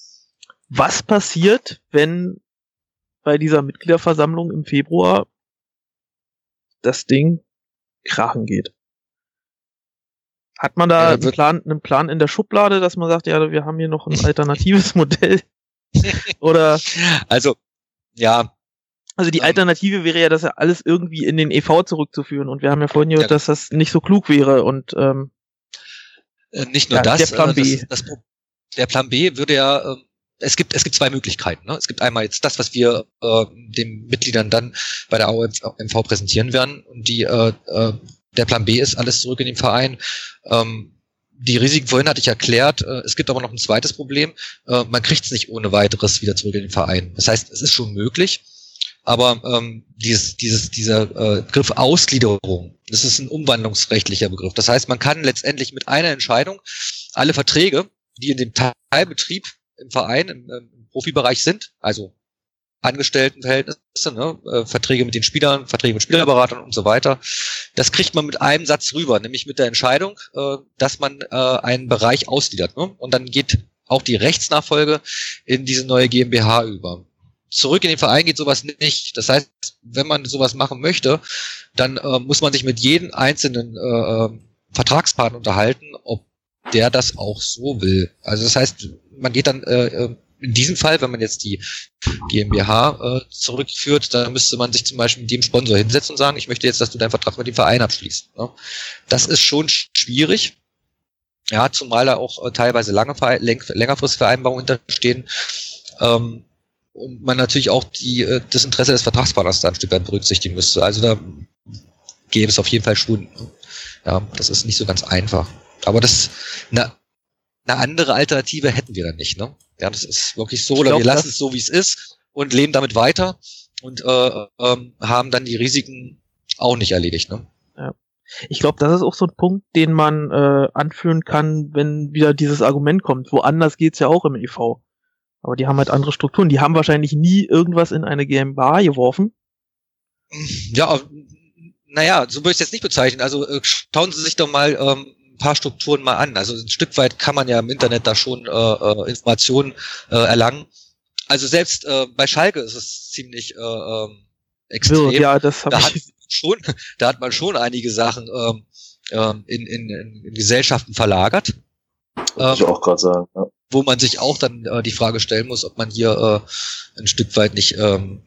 was passiert, wenn bei dieser Mitgliederversammlung im Februar das Ding krachen geht? Hat man da ja, einen Plan, einen Plan in der Schublade, dass man sagt, ja, wir haben hier noch ein alternatives Modell? Oder? Also, ja. Also die Alternative wäre ja, das ja alles irgendwie in den E V zurückzuführen. Und wir haben ja vorhin gehört, ja, dass das nicht so klug wäre. Und ähm, nicht nur ja, das, der Plan B. Das, das, der Plan B würde ja, äh, es gibt es gibt zwei Möglichkeiten. Ne? Es gibt einmal jetzt das, was wir äh, den Mitgliedern dann bei der A O M V präsentieren werden. Und die äh, äh, der Plan B ist alles zurück in den Verein. Ähm, Die Risiken vorhin hatte ich erklärt. Es gibt aber noch ein zweites Problem. Man kriegt es nicht ohne weiteres wieder zurück in den Verein. Das heißt, es ist schon möglich, aber ähm, dieses, dieses, dieser äh, Begriff Ausgliederung, das ist ein umwandlungsrechtlicher Begriff. Das heißt, man kann letztendlich mit einer Entscheidung alle Verträge, die in dem Teilbetrieb im Verein, im, im Profibereich sind, also Angestelltenverhältnisse, ne, äh, Verträge mit den Spielern, Verträge mit Spielerberatern und so weiter. Das kriegt man mit einem Satz rüber, nämlich mit der Entscheidung, äh, dass man äh, einen Bereich ausgliedert. Ne? Und dann geht auch die Rechtsnachfolge in diese neue GmbH über. Zurück in den Verein geht sowas nicht. Das heißt, wenn man sowas machen möchte, dann äh, muss man sich mit jedem einzelnen äh, Vertragspartner unterhalten, ob der das auch so will. Also das heißt, man geht dann äh, in diesem Fall, wenn man jetzt die GmbH äh, zurückführt, dann müsste man sich zum Beispiel mit dem Sponsor hinsetzen und sagen, ich möchte jetzt, dass du deinen Vertrag mit dem Verein abschließt. Ne? Das ist schon schwierig. Ja, zumal da auch äh, teilweise lange läng längerfristvereinbarungen hinterstehen. Ähm, und man natürlich auch die, äh, das Interesse des Vertragspartners da ein Stück weit berücksichtigen müsste. Also da gäbe es auf jeden Fall schon. Ja, das ist nicht so ganz einfach. Aber das, na, eine andere Alternative hätten wir dann nicht, ne? Ja, das ist wirklich so, oder wir lassen es so, wie es ist und leben damit weiter und äh, ähm, haben dann die Risiken auch nicht erledigt, ne? Ja. Ich glaube, das ist auch so ein Punkt, den man äh, anführen kann, wenn wieder dieses Argument kommt. Woanders geht's ja auch im E V. Aber die haben halt andere Strukturen. Die haben wahrscheinlich nie irgendwas in eine GmbH geworfen. Ja, naja, so würde ich es jetzt nicht bezeichnen. Also äh, schauen Sie sich doch mal ähm, paar Strukturen mal an. Also ein Stück weit kann man ja im Internet da schon äh, äh, Informationen äh, erlangen. Also selbst äh, bei Schalke ist es ziemlich äh, äh, extrem. Ja, das habe da ich. Hat schon, da hat man schon einige Sachen ähm, ähm, in, in, in Gesellschaften verlagert. Wollte ich auch gerade sagen. Ja. Wo man sich auch dann äh, die Frage stellen muss, ob man hier äh, ein Stück weit nicht ähm,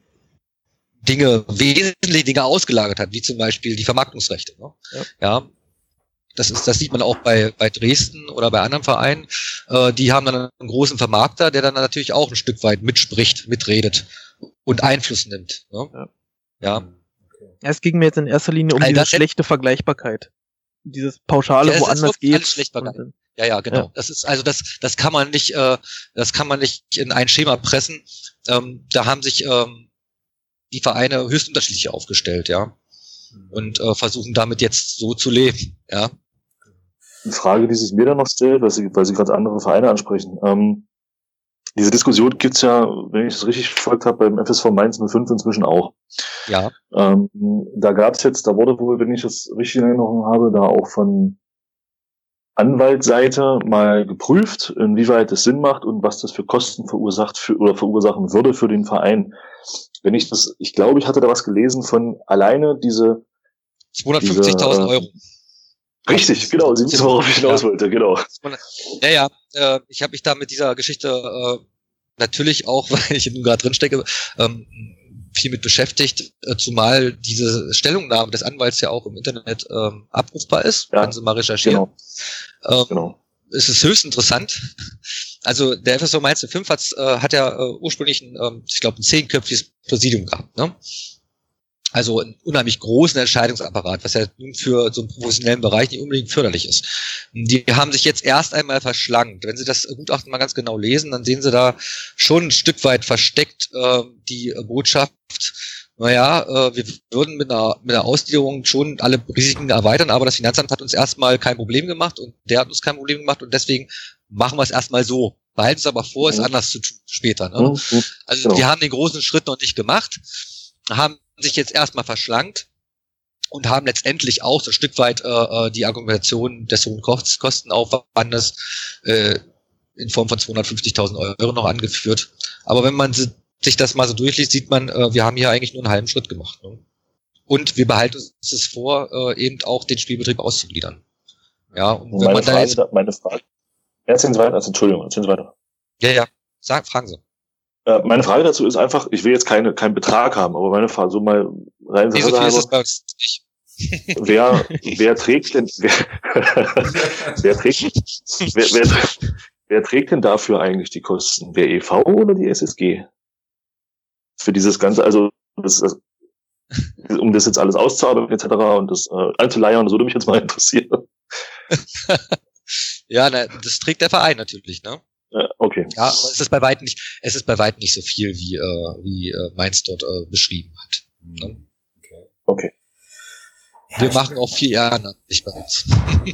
Dinge, wesentliche Dinge ausgelagert hat, wie zum Beispiel die Vermarktungsrechte. Ne? Ja. ja. Das ist, das sieht man auch bei, bei Dresden oder bei anderen Vereinen. Äh, die haben dann einen großen Vermarkter, der dann natürlich auch ein Stück weit mitspricht, mitredet und Einfluss nimmt. Ne? Ja. ja. Ja, es ging mir jetzt in erster Linie um also diese schlechte Vergleichbarkeit. Dieses Pauschale, ja, woanders geht. Ja, ja, genau. Ja. Das ist, also das, das kann man nicht, äh, das kann man nicht in ein Schema pressen. Ähm, da haben sich ähm, die Vereine höchst unterschiedlich aufgestellt, ja. Und äh, versuchen damit jetzt so zu leben, ja. Eine Frage, die sich mir dann noch stellt, weil Sie, weil Sie gerade andere Vereine ansprechen. Ähm, diese Diskussion gibt's ja, wenn ich das richtig verfolgt habe, beim F S V Mainz null fünf inzwischen auch. Ja. Ähm, da gab's jetzt, da wurde wohl, wenn ich das richtig in Erinnerung habe, da auch von Anwaltsseite mal geprüft, inwieweit es Sinn macht und was das für Kosten verursacht für, oder verursachen würde für den Verein. Wenn ich das, ich glaube, ich hatte da was gelesen von alleine diese zweihundertfünfzigtausend Euro. Richtig, genau, Sie wissen, worauf ich hinaus wollte, genau. Ja, ja, äh, ich habe mich da mit dieser Geschichte äh, natürlich auch, weil ich nun gerade drin stecke, ähm, viel mit beschäftigt, äh, zumal diese Stellungnahme des Anwalts ja auch im Internet ähm, abrufbar ist, ja, wenn Sie mal recherchieren. Genau. Ähm, genau. Es ist höchst interessant. Also der F S V Mainz null fünf hat, äh, hat ja äh, ursprünglich ein, ähm, ich glaube, ein zehnköpfiges Präsidium gehabt, ne? Also einen unheimlich großen Entscheidungsapparat, was ja nun für so einen professionellen Bereich nicht unbedingt förderlich ist. Die haben sich jetzt erst einmal verschlankt. Wenn Sie das Gutachten mal ganz genau lesen, dann sehen Sie da schon ein Stück weit versteckt äh, die Botschaft, naja, äh, wir würden mit einer, mit einer Ausgliederung schon alle Risiken erweitern, aber das Finanzamt hat uns erstmal kein Problem gemacht und der hat uns kein Problem gemacht und deswegen machen wir es erstmal so. Behalten es aber vor, es anders zu tun später. Ne? Mhm. Also genau. Die haben den großen Schritt noch nicht gemacht, haben sich jetzt erstmal verschlankt und haben letztendlich auch so ein Stück weit äh, die Argumentation des hohen Kostenaufwandes äh, in Form von zweihundertfünfzigtausend Euro noch angeführt. Aber wenn man sich das mal so durchliest, sieht man, äh, wir haben hier eigentlich nur einen halben Schritt gemacht. Ne? Und wir behalten uns es vor, äh, eben auch den Spielbetrieb auszugliedern. Ja, und wenn meine man Frage, da jetzt... Meine Frage. Erzählen Sie weiter, also Entschuldigung, erzählen Sie weiter. Ja, ja, Sag, fragen Sie. Meine Frage dazu ist einfach, ich will jetzt keine, keinen Betrag haben, aber meine Frage so mal rein. Nee, so viel ist das bei uns nicht. Wer, wer trägt denn, wer, wer trägt, wer, wer, wer trägt denn dafür eigentlich die Kosten? Der E V oder die S S G? Für dieses Ganze, also, das, das, um das jetzt alles auszuarbeiten et cetera und das äh, anzuleiern, das würde mich jetzt mal interessieren. Ja, na, das trägt der Verein natürlich, ne? Okay. Ja, aber es ist bei weitem nicht, es ist bei weitem nicht so viel, wie, äh, wie äh, Mainz dort äh, beschrieben hat. Ne? Okay. Okay. Wir ja, machen auch viel ehrenamtlich bei uns.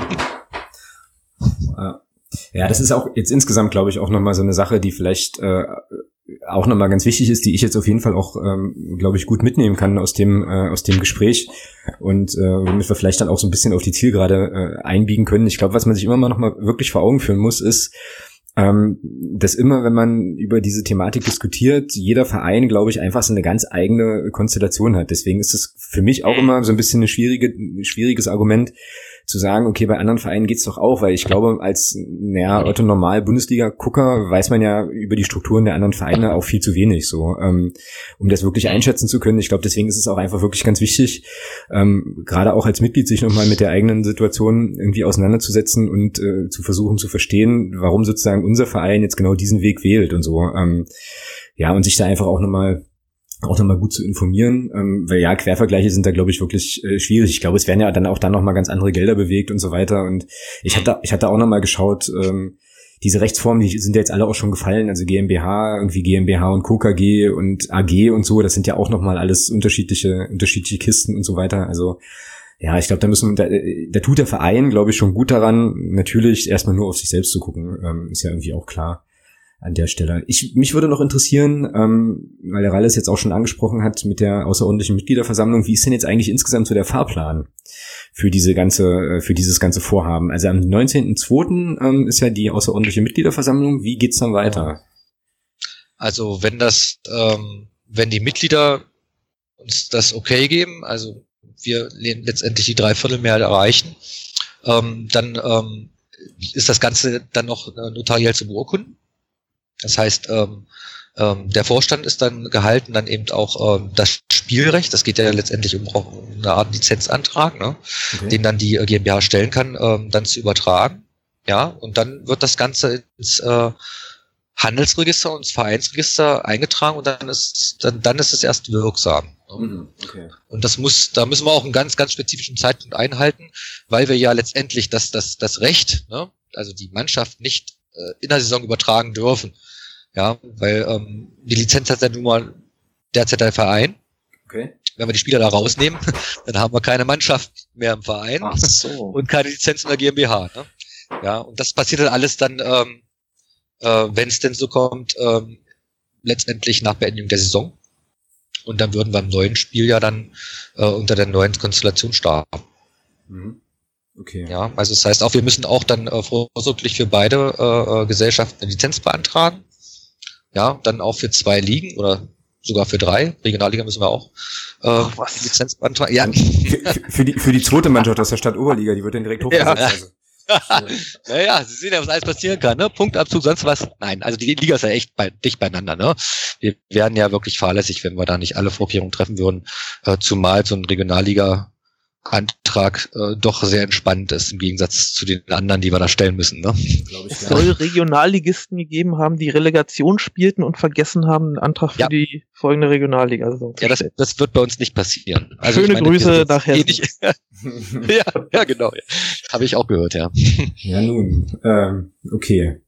Ja, das ist auch jetzt insgesamt, glaube ich, auch nochmal so eine Sache, die vielleicht äh, auch nochmal ganz wichtig ist, die ich jetzt auf jeden Fall auch, ähm, glaube ich, gut mitnehmen kann aus dem äh, aus dem Gespräch und äh, womit wir vielleicht dann auch so ein bisschen auf die Zielgerade äh, einbiegen können. Ich glaube, was man sich immer mal nochmal wirklich vor Augen führen muss, ist, Ähm, dass immer, wenn man über diese Thematik diskutiert, jeder Verein, glaube ich, einfach so eine ganz eigene Konstellation hat. Deswegen ist es für mich auch immer so ein bisschen eine schwierige, ein schwieriges Argument, zu sagen, okay, bei anderen Vereinen geht's doch auch, weil ich glaube, als naja, Otto Normal Bundesliga-Gucker weiß man ja über die Strukturen der anderen Vereine auch viel zu wenig, so ähm, um das wirklich einschätzen zu können. Ich glaube, deswegen ist es auch einfach wirklich ganz wichtig, ähm, gerade auch als Mitglied sich nochmal mit der eigenen Situation irgendwie auseinanderzusetzen und äh, zu versuchen zu verstehen, warum sozusagen unser Verein jetzt genau diesen Weg wählt und so. Ähm, ja, und sich da einfach auch nochmal auch nochmal gut zu informieren, ähm, weil ja, Quervergleiche sind da, glaube ich, wirklich äh, schwierig. Ich glaube, es werden ja dann auch dann nochmal ganz andere Gelder bewegt und so weiter. Und ich hatte ich hatte auch nochmal geschaut, ähm, diese Rechtsformen, die sind ja jetzt alle auch schon gefallen, also GmbH, irgendwie GmbH und Co. K G und A G und so, das sind ja auch nochmal alles unterschiedliche unterschiedliche Kisten und so weiter. Also ja, ich glaube, da müssen da, da tut der Verein, glaube ich, schon gut daran, natürlich erstmal nur auf sich selbst zu gucken, ähm, ist ja irgendwie auch klar an der Stelle. Ich, mich würde noch interessieren, ähm, weil der Ralle es jetzt auch schon angesprochen hat mit der außerordentlichen Mitgliederversammlung, wie ist denn jetzt eigentlich insgesamt so der Fahrplan für diese ganze, für dieses ganze Vorhaben. Also am neunzehnten zweiten Ähm, ist ja die außerordentliche Mitgliederversammlung. Wie geht's dann weiter? Also wenn das, ähm, wenn die Mitglieder uns das okay geben, also wir letztendlich die Dreiviertelmehrheit erreichen, ähm, dann ähm, ist das Ganze dann noch notariell zu beurkunden. Das heißt, ähm, ähm, der Vorstand ist dann gehalten, dann eben auch ähm, das Spielrecht, das geht ja letztendlich um, um eine Art Lizenzantrag, ne, okay. den dann die äh, GmbH stellen kann, ähm, dann zu übertragen. Ja, und dann wird das Ganze ins äh, Handelsregister und ins Vereinsregister eingetragen und dann ist dann, dann ist es erst wirksam. Mhm, okay. Und das muss, da müssen wir auch einen ganz, ganz spezifischen Zeitpunkt einhalten, weil wir ja letztendlich das, das, das Recht, ne, also die Mannschaft nicht äh, in der Saison übertragen dürfen. Ja, weil ähm, die Lizenz hat ja nun mal derzeit der Verein. Okay. Wenn wir die Spieler da rausnehmen, dann haben wir keine Mannschaft mehr im Verein. Ach so. Und keine Lizenz in der GmbH. Ne? Ja, und das passiert dann alles dann, ähm, äh, wenn es denn so kommt, ähm, letztendlich nach Beendigung der Saison. Und dann würden wir im neuen Spiel ja dann äh, unter der neuen Konstellation starten. Mhm. Okay. Ja, also das heißt auch, wir müssen auch dann äh, vorsorglich für beide äh, Gesellschaften eine Lizenz beantragen. Ja, dann auch für zwei Ligen oder sogar für drei. Regionalliga müssen wir auch äh, Ach, was? Lizenz beantragen. Ja. Für, für, die, für die zweite Mannschaft aus der Stadt Oberliga, die wird dann direkt hochgesetzt. Ja. Also. Naja, Sie sehen ja, was alles passieren kann, ne? Punktabzug, sonst was. Nein, also die Liga ist ja echt bei, dicht beieinander, ne? Wir wären ja wirklich fahrlässig, wenn wir da nicht alle Vorkehrungen treffen würden, äh, zumal so ein Regionalliga-Antrag äh, doch sehr entspannt ist, im Gegensatz zu den anderen, die wir da stellen müssen, ne? Es soll Regionalligisten gegeben haben, die Relegation spielten und vergessen haben, einen Antrag für ja. die folgende Regionalliga. Also ja, das, das wird bei uns nicht passieren. Also schöne ich meine, Grüße nach Hessen. ja, ja, genau. Ja. Habe ich auch gehört, ja. Ja, nun, ähm, okay.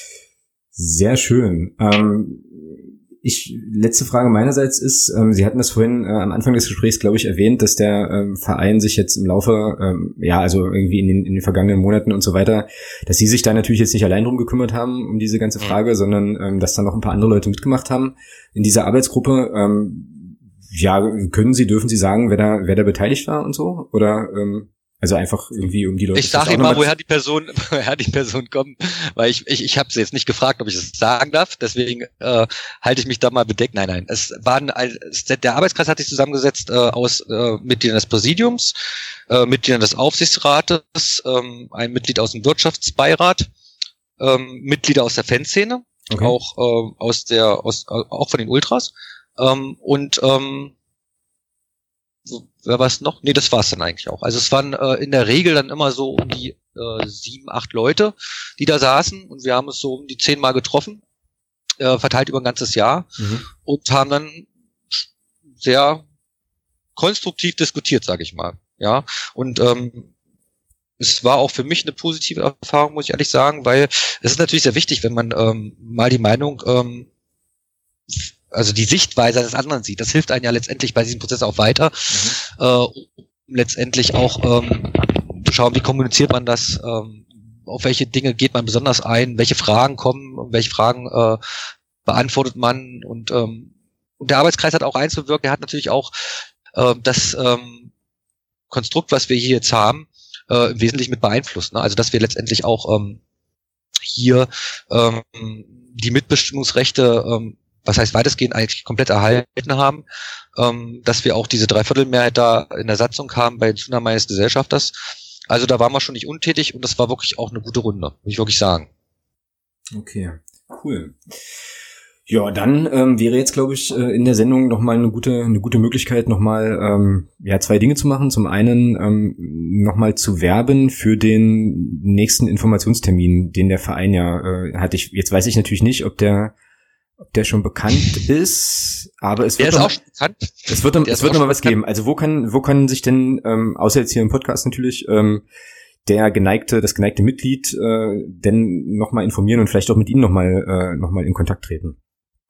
Sehr schön. Ähm, ich, letzte Frage meinerseits ist, ähm, Sie hatten das vorhin äh, am Anfang des Gesprächs, glaube ich, erwähnt, dass der ähm, Verein sich jetzt im Laufe, ähm, ja, also irgendwie in den, in den vergangenen Monaten und so weiter, dass Sie sich da natürlich jetzt nicht allein drum gekümmert haben, um diese ganze Frage, sondern ähm, dass da noch ein paar andere Leute mitgemacht haben in dieser Arbeitsgruppe. Ähm, ja, können Sie, dürfen Sie sagen, wer da, wer da beteiligt war und so? Oder, ähm, also einfach irgendwie um die Leute. Ich sage Ihnen mal, woher die Person, woher die Person kommt, weil ich ich ich habe sie jetzt nicht gefragt, ob ich es sagen darf. Deswegen äh, halte ich mich da mal bedeckt. Nein, nein. Es waren der Arbeitskreis hat sich zusammengesetzt äh, aus äh, Mitgliedern des Präsidiums, äh, Mitgliedern des Aufsichtsrates, ähm, ein Mitglied aus dem Wirtschaftsbeirat, ähm, Mitglieder aus der Fanszene, okay. auch äh, aus der aus auch von den Ultras ähm, und ähm, wer war es noch? Nee, das war es dann eigentlich auch. Also es waren äh, in der Regel dann immer so um die äh, sieben, acht Leute, die da saßen und wir haben es so um die zehn Mal getroffen, äh, verteilt über ein ganzes Jahr mhm. und haben dann sehr konstruktiv diskutiert, sage ich mal. Ja, und ähm, es war auch für mich eine positive Erfahrung, muss ich ehrlich sagen, weil es ist natürlich sehr wichtig, wenn man ähm, mal die Meinung ähm, also die Sichtweise des anderen sieht. Das hilft einem ja letztendlich bei diesem Prozess auch weiter, mhm. äh, um letztendlich auch ähm, zu schauen, wie kommuniziert man das, ähm, auf welche Dinge geht man besonders ein, welche Fragen kommen, welche Fragen äh, beantwortet man und, ähm, und der Arbeitskreis hat auch eins bewirkt, er hat natürlich auch äh, das ähm, Konstrukt, was wir hier jetzt haben, äh, im Wesentlichen mit beeinflusst. Ne? Also dass wir letztendlich auch ähm, hier ähm, die Mitbestimmungsrechte ähm, was heißt weitestgehend eigentlich komplett erhalten haben, ähm, dass wir auch diese Dreiviertelmehrheit da in der Satzung haben bei Zunahme eines Gesellschafters. Also da waren wir schon nicht untätig und das war wirklich auch eine gute Runde, muss ich wirklich sagen. Okay, cool. Ja, dann ähm, wäre jetzt, glaube ich, in der Sendung nochmal eine gute eine gute Möglichkeit, nochmal ähm, ja, zwei Dinge zu machen. Zum einen ähm, nochmal zu werben für den nächsten Informationstermin, den der Verein ja äh, hat. Ich, jetzt weiß ich natürlich nicht, ob der ob der schon bekannt ist, aber es wird der noch, ist auch schon bekannt. Es wird, es wird noch mal was bekannt. geben. Also wo kann, wo kann sich denn, ähm, außer jetzt hier im Podcast natürlich, ähm, der geneigte, das geneigte Mitglied äh, denn noch mal informieren und vielleicht auch mit Ihnen noch mal, äh, noch mal in Kontakt treten?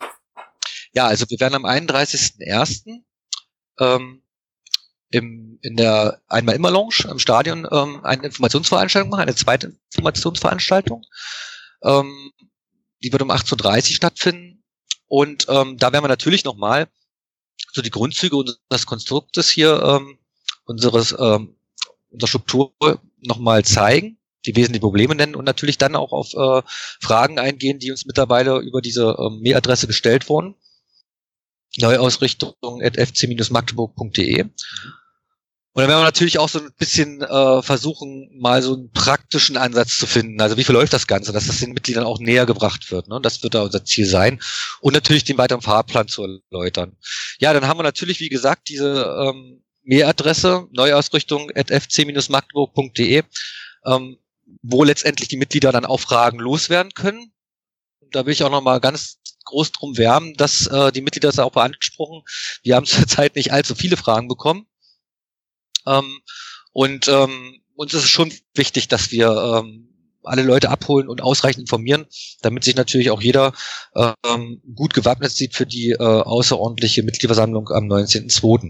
Ja, also wir werden am einunddreißigsten ersten Ähm, im, in der Einmal-Immer-Lounge im Stadion ähm, eine Informationsveranstaltung machen, eine zweite Informationsveranstaltung. Ähm, die wird um achtzehn Uhr dreißig stattfinden. Und ähm, da werden wir natürlich nochmal so die Grundzüge unseres Konstruktes hier, ähm, unseres ähm, unsere Struktur nochmal zeigen, die wesentlichen Probleme nennen und natürlich dann auch auf äh, Fragen eingehen, die uns mittlerweile über diese ähm, Mailadresse gestellt wurden. Neuausrichtung at f c dash magdeburg punkt d e. Und dann werden wir natürlich auch so ein bisschen äh, versuchen, mal so einen praktischen Ansatz zu finden. Also wie verläuft das Ganze, dass das den Mitgliedern auch näher gebracht wird. Ne? Das wird da unser Ziel sein. Und natürlich den weiteren Fahrplan zu erläutern. Ja, dann haben wir natürlich, wie gesagt, diese ähm, Mailadresse, Neuausrichtung at f c dash magdeburg punkt d e, ähm, wo letztendlich die Mitglieder dann auch Fragen loswerden können. Und da will ich auch nochmal ganz groß drum werben, dass äh, die Mitglieder das auch beanspruchen. Wir haben zurzeit nicht allzu viele Fragen bekommen. Ähm, und ähm, uns ist es schon wichtig, dass wir ähm, alle Leute abholen und ausreichend informieren, damit sich natürlich auch jeder ähm, gut gewappnet sieht für die äh, außerordentliche Mitgliederversammlung am neunzehnten zweiten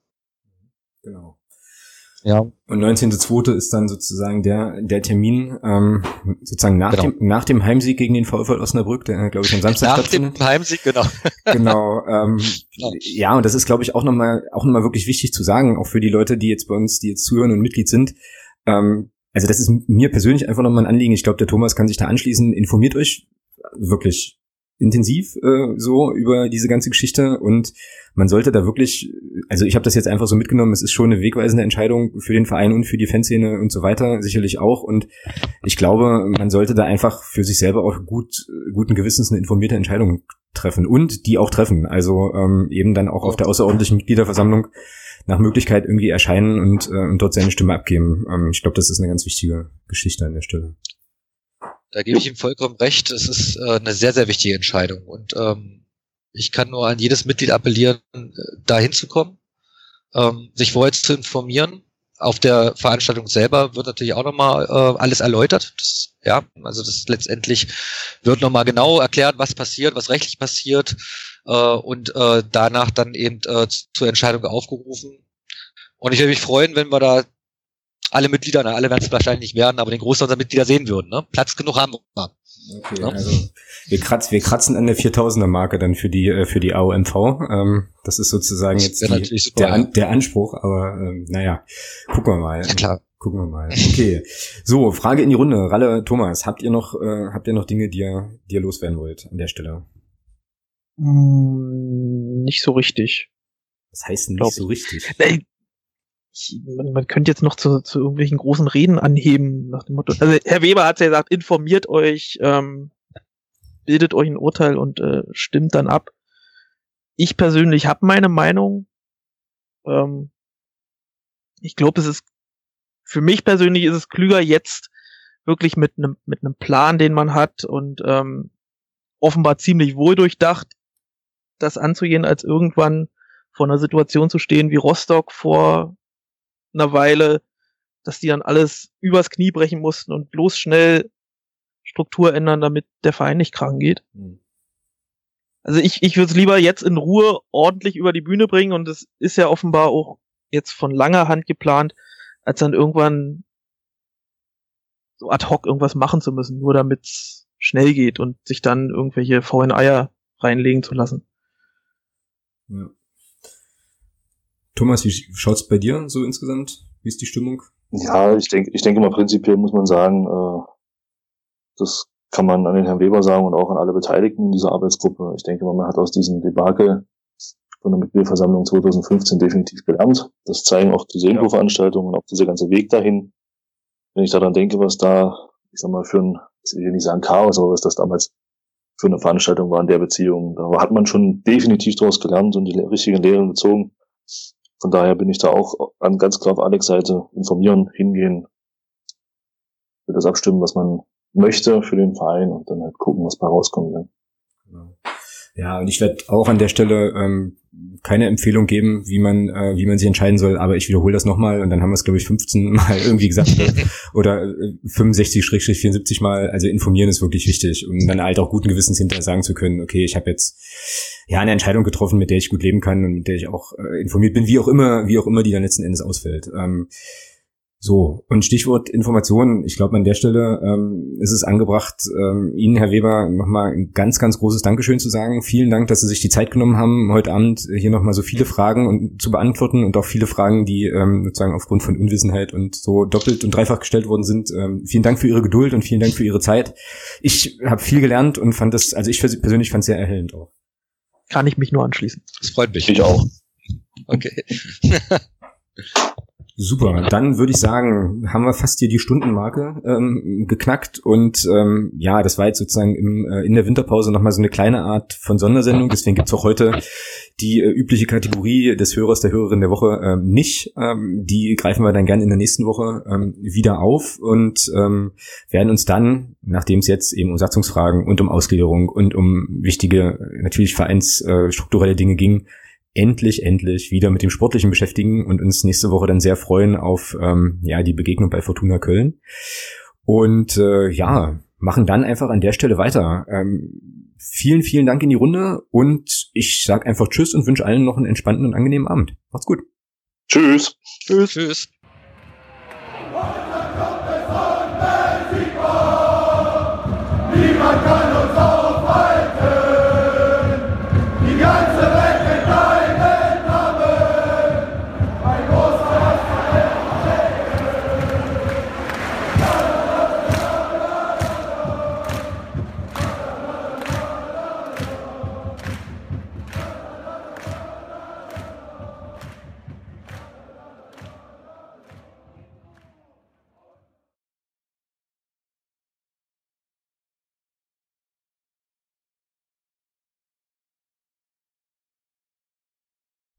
Genau. Ja. Und neunzehnter zweite ist dann sozusagen der der Termin ähm, sozusagen nach genau. dem nach dem Heimsieg gegen den VfL Osnabrück, der glaube ich am Samstag nach stattfindet. dem Heimsieg, genau. Genau. Ähm, ja, und das ist glaube ich auch nochmal auch nochmal wirklich wichtig zu sagen, auch für die Leute, die jetzt bei uns, die jetzt zuhören und Mitglied sind. Ähm, also das ist mir persönlich einfach nochmal ein Anliegen. Ich glaube, der Thomas kann sich da anschließen. Informiert euch wirklich intensiv äh, so über diese ganze Geschichte und man sollte da wirklich, also ich habe das jetzt einfach so mitgenommen, es ist schon eine wegweisende Entscheidung für den Verein und für die Fanszene und so weiter, sicherlich auch, und ich glaube, man sollte da einfach für sich selber auch gut guten Gewissens eine informierte Entscheidung treffen und die auch treffen, also ähm, eben dann auch auf der außerordentlichen Mitgliederversammlung nach Möglichkeit irgendwie erscheinen und, äh, und dort seine Stimme abgeben. Ähm, ich glaube, das ist eine ganz wichtige Geschichte an der Stelle. Da gebe ich ihm vollkommen recht. Es ist äh, eine sehr, sehr wichtige Entscheidung. Und ähm, ich kann nur an jedes Mitglied appellieren, äh, da hinzukommen, ähm, sich vorher zu informieren. Auf der Veranstaltung selber wird natürlich auch nochmal äh, alles erläutert. Das, ja, also das letztendlich wird nochmal genau erklärt, was passiert, was rechtlich passiert äh, und äh, danach dann eben äh, zur Entscheidung aufgerufen. Und ich würde mich freuen, wenn wir da alle Mitglieder, na, alle werden es wahrscheinlich nicht werden, aber den Großteil unserer Mitglieder sehen würden. Ne? Platz genug haben wir. Okay, ja? Also wir kratzen, wir kratzen an der viertausender Marke dann für die äh, für die A O M V. Ähm, das ist sozusagen das jetzt die, super, der, ja. An, der Anspruch, aber ähm, naja, gucken wir mal. Ja, klar. Gucken wir mal. Okay, so, Frage in die Runde. Ralle, Thomas, habt ihr noch äh, habt ihr noch Dinge, die ihr, die ihr loswerden wollt an der Stelle? Mm, nicht so richtig. Das heißt nicht Glaub so richtig. Nee, ich, man, man könnte jetzt noch zu, zu irgendwelchen großen Reden anheben, nach dem Motto. Also Herr Weber hat ja gesagt, informiert euch, ähm, bildet euch ein Urteil und äh, stimmt dann ab. Ich persönlich habe meine Meinung. Ähm, ich glaube, es ist für mich persönlich ist es klüger, jetzt wirklich mit einem mit einem Plan, den man hat und ähm, offenbar ziemlich wohl durchdacht, das anzugehen, als irgendwann vor einer Situation zu stehen wie Rostock vor einer Weile, dass die dann alles übers Knie brechen mussten und bloß schnell Struktur ändern, damit der Verein nicht krank geht. Mhm. Also ich, ich würde es lieber jetzt in Ruhe ordentlich über die Bühne bringen und es ist ja offenbar auch jetzt von langer Hand geplant, als dann irgendwann so ad hoc irgendwas machen zu müssen, nur damit es schnell geht und sich dann irgendwelche faulen Eier reinlegen zu lassen. Ja. Thomas, wie schaut's bei dir so insgesamt? Wie ist die Stimmung? Ja, ich denke, ich denke mal prinzipiell muss man sagen, äh, das kann man an den Herrn Weber sagen und auch an alle Beteiligten in dieser Arbeitsgruppe. Ich denke mal, man hat aus diesem Debakel von der Mitgliederversammlung zweitausendfünfzehn definitiv gelernt. Das zeigen auch diese Infoveranstaltungen und auch dieser ganze Weg dahin. Wenn ich daran denke, was da, ich sag mal, für ein, ich will nicht sagen Chaos, aber was das damals für eine Veranstaltung war in der Beziehung, da hat man schon definitiv daraus gelernt und die richtigen Lehren gezogen. Von daher bin ich da auch an ganz klar auf Alex' Seite, informieren, hingehen, für das abstimmen, was man möchte für den Verein und dann halt gucken, was bei rauskommt. Ja, genau. Ja, und ich werde auch an der Stelle ähm, keine Empfehlung geben, wie man äh, wie man sich entscheiden soll, aber ich wiederhole das nochmal und dann haben wir es, glaube ich, fünfzehn Mal irgendwie gesagt oder äh, fünfundsechzig vierundsiebzig Mal. Also informieren ist wirklich wichtig, um dann halt auch guten Gewissens hinterher sagen zu können, okay, ich habe jetzt ja eine Entscheidung getroffen, mit der ich gut leben kann und mit der ich auch äh, informiert bin, wie auch immer, wie auch immer die dann letzten Endes ausfällt. Ähm, So, und Stichwort Informationen. Ich glaube, an der Stelle ähm, ist es angebracht, ähm, Ihnen, Herr Weber, nochmal ein ganz, ganz großes Dankeschön zu sagen. Vielen Dank, dass Sie sich die Zeit genommen haben, heute Abend hier nochmal so viele Fragen und, zu beantworten und auch viele Fragen, die ähm, sozusagen aufgrund von Unwissenheit und so doppelt und dreifach gestellt worden sind. Ähm, vielen Dank für Ihre Geduld und vielen Dank für Ihre Zeit. Ich habe viel gelernt und fand das, also ich persönlich fand es sehr erhellend auch. Kann ich mich nur anschließen. Das freut mich. Ich auch. Okay. Super, dann würde ich sagen, haben wir fast hier die Stundenmarke ähm, geknackt und ähm, ja, das war jetzt sozusagen im, äh, in der Winterpause nochmal so eine kleine Art von Sondersendung, deswegen gibt's auch heute die äh, übliche Kategorie des Hörers, der Hörerin der Woche ähm, nicht. Ähm, die greifen wir dann gerne in der nächsten Woche ähm, wieder auf und ähm, werden uns dann, nachdem es jetzt eben um Satzungsfragen und um Ausgliederung und um wichtige, natürlich vereinsstrukturelle äh, Dinge ging, endlich, endlich wieder mit dem Sportlichen beschäftigen und uns nächste Woche dann sehr freuen auf ähm, ja die Begegnung bei Fortuna Köln. Und äh, ja, machen dann einfach an der Stelle weiter. Ähm, vielen, vielen Dank in die Runde und ich sag einfach Tschüss und wünsche allen noch einen entspannten und angenehmen Abend. Macht's gut. Tschüss. Tschüss. Tschüss. Niemand kann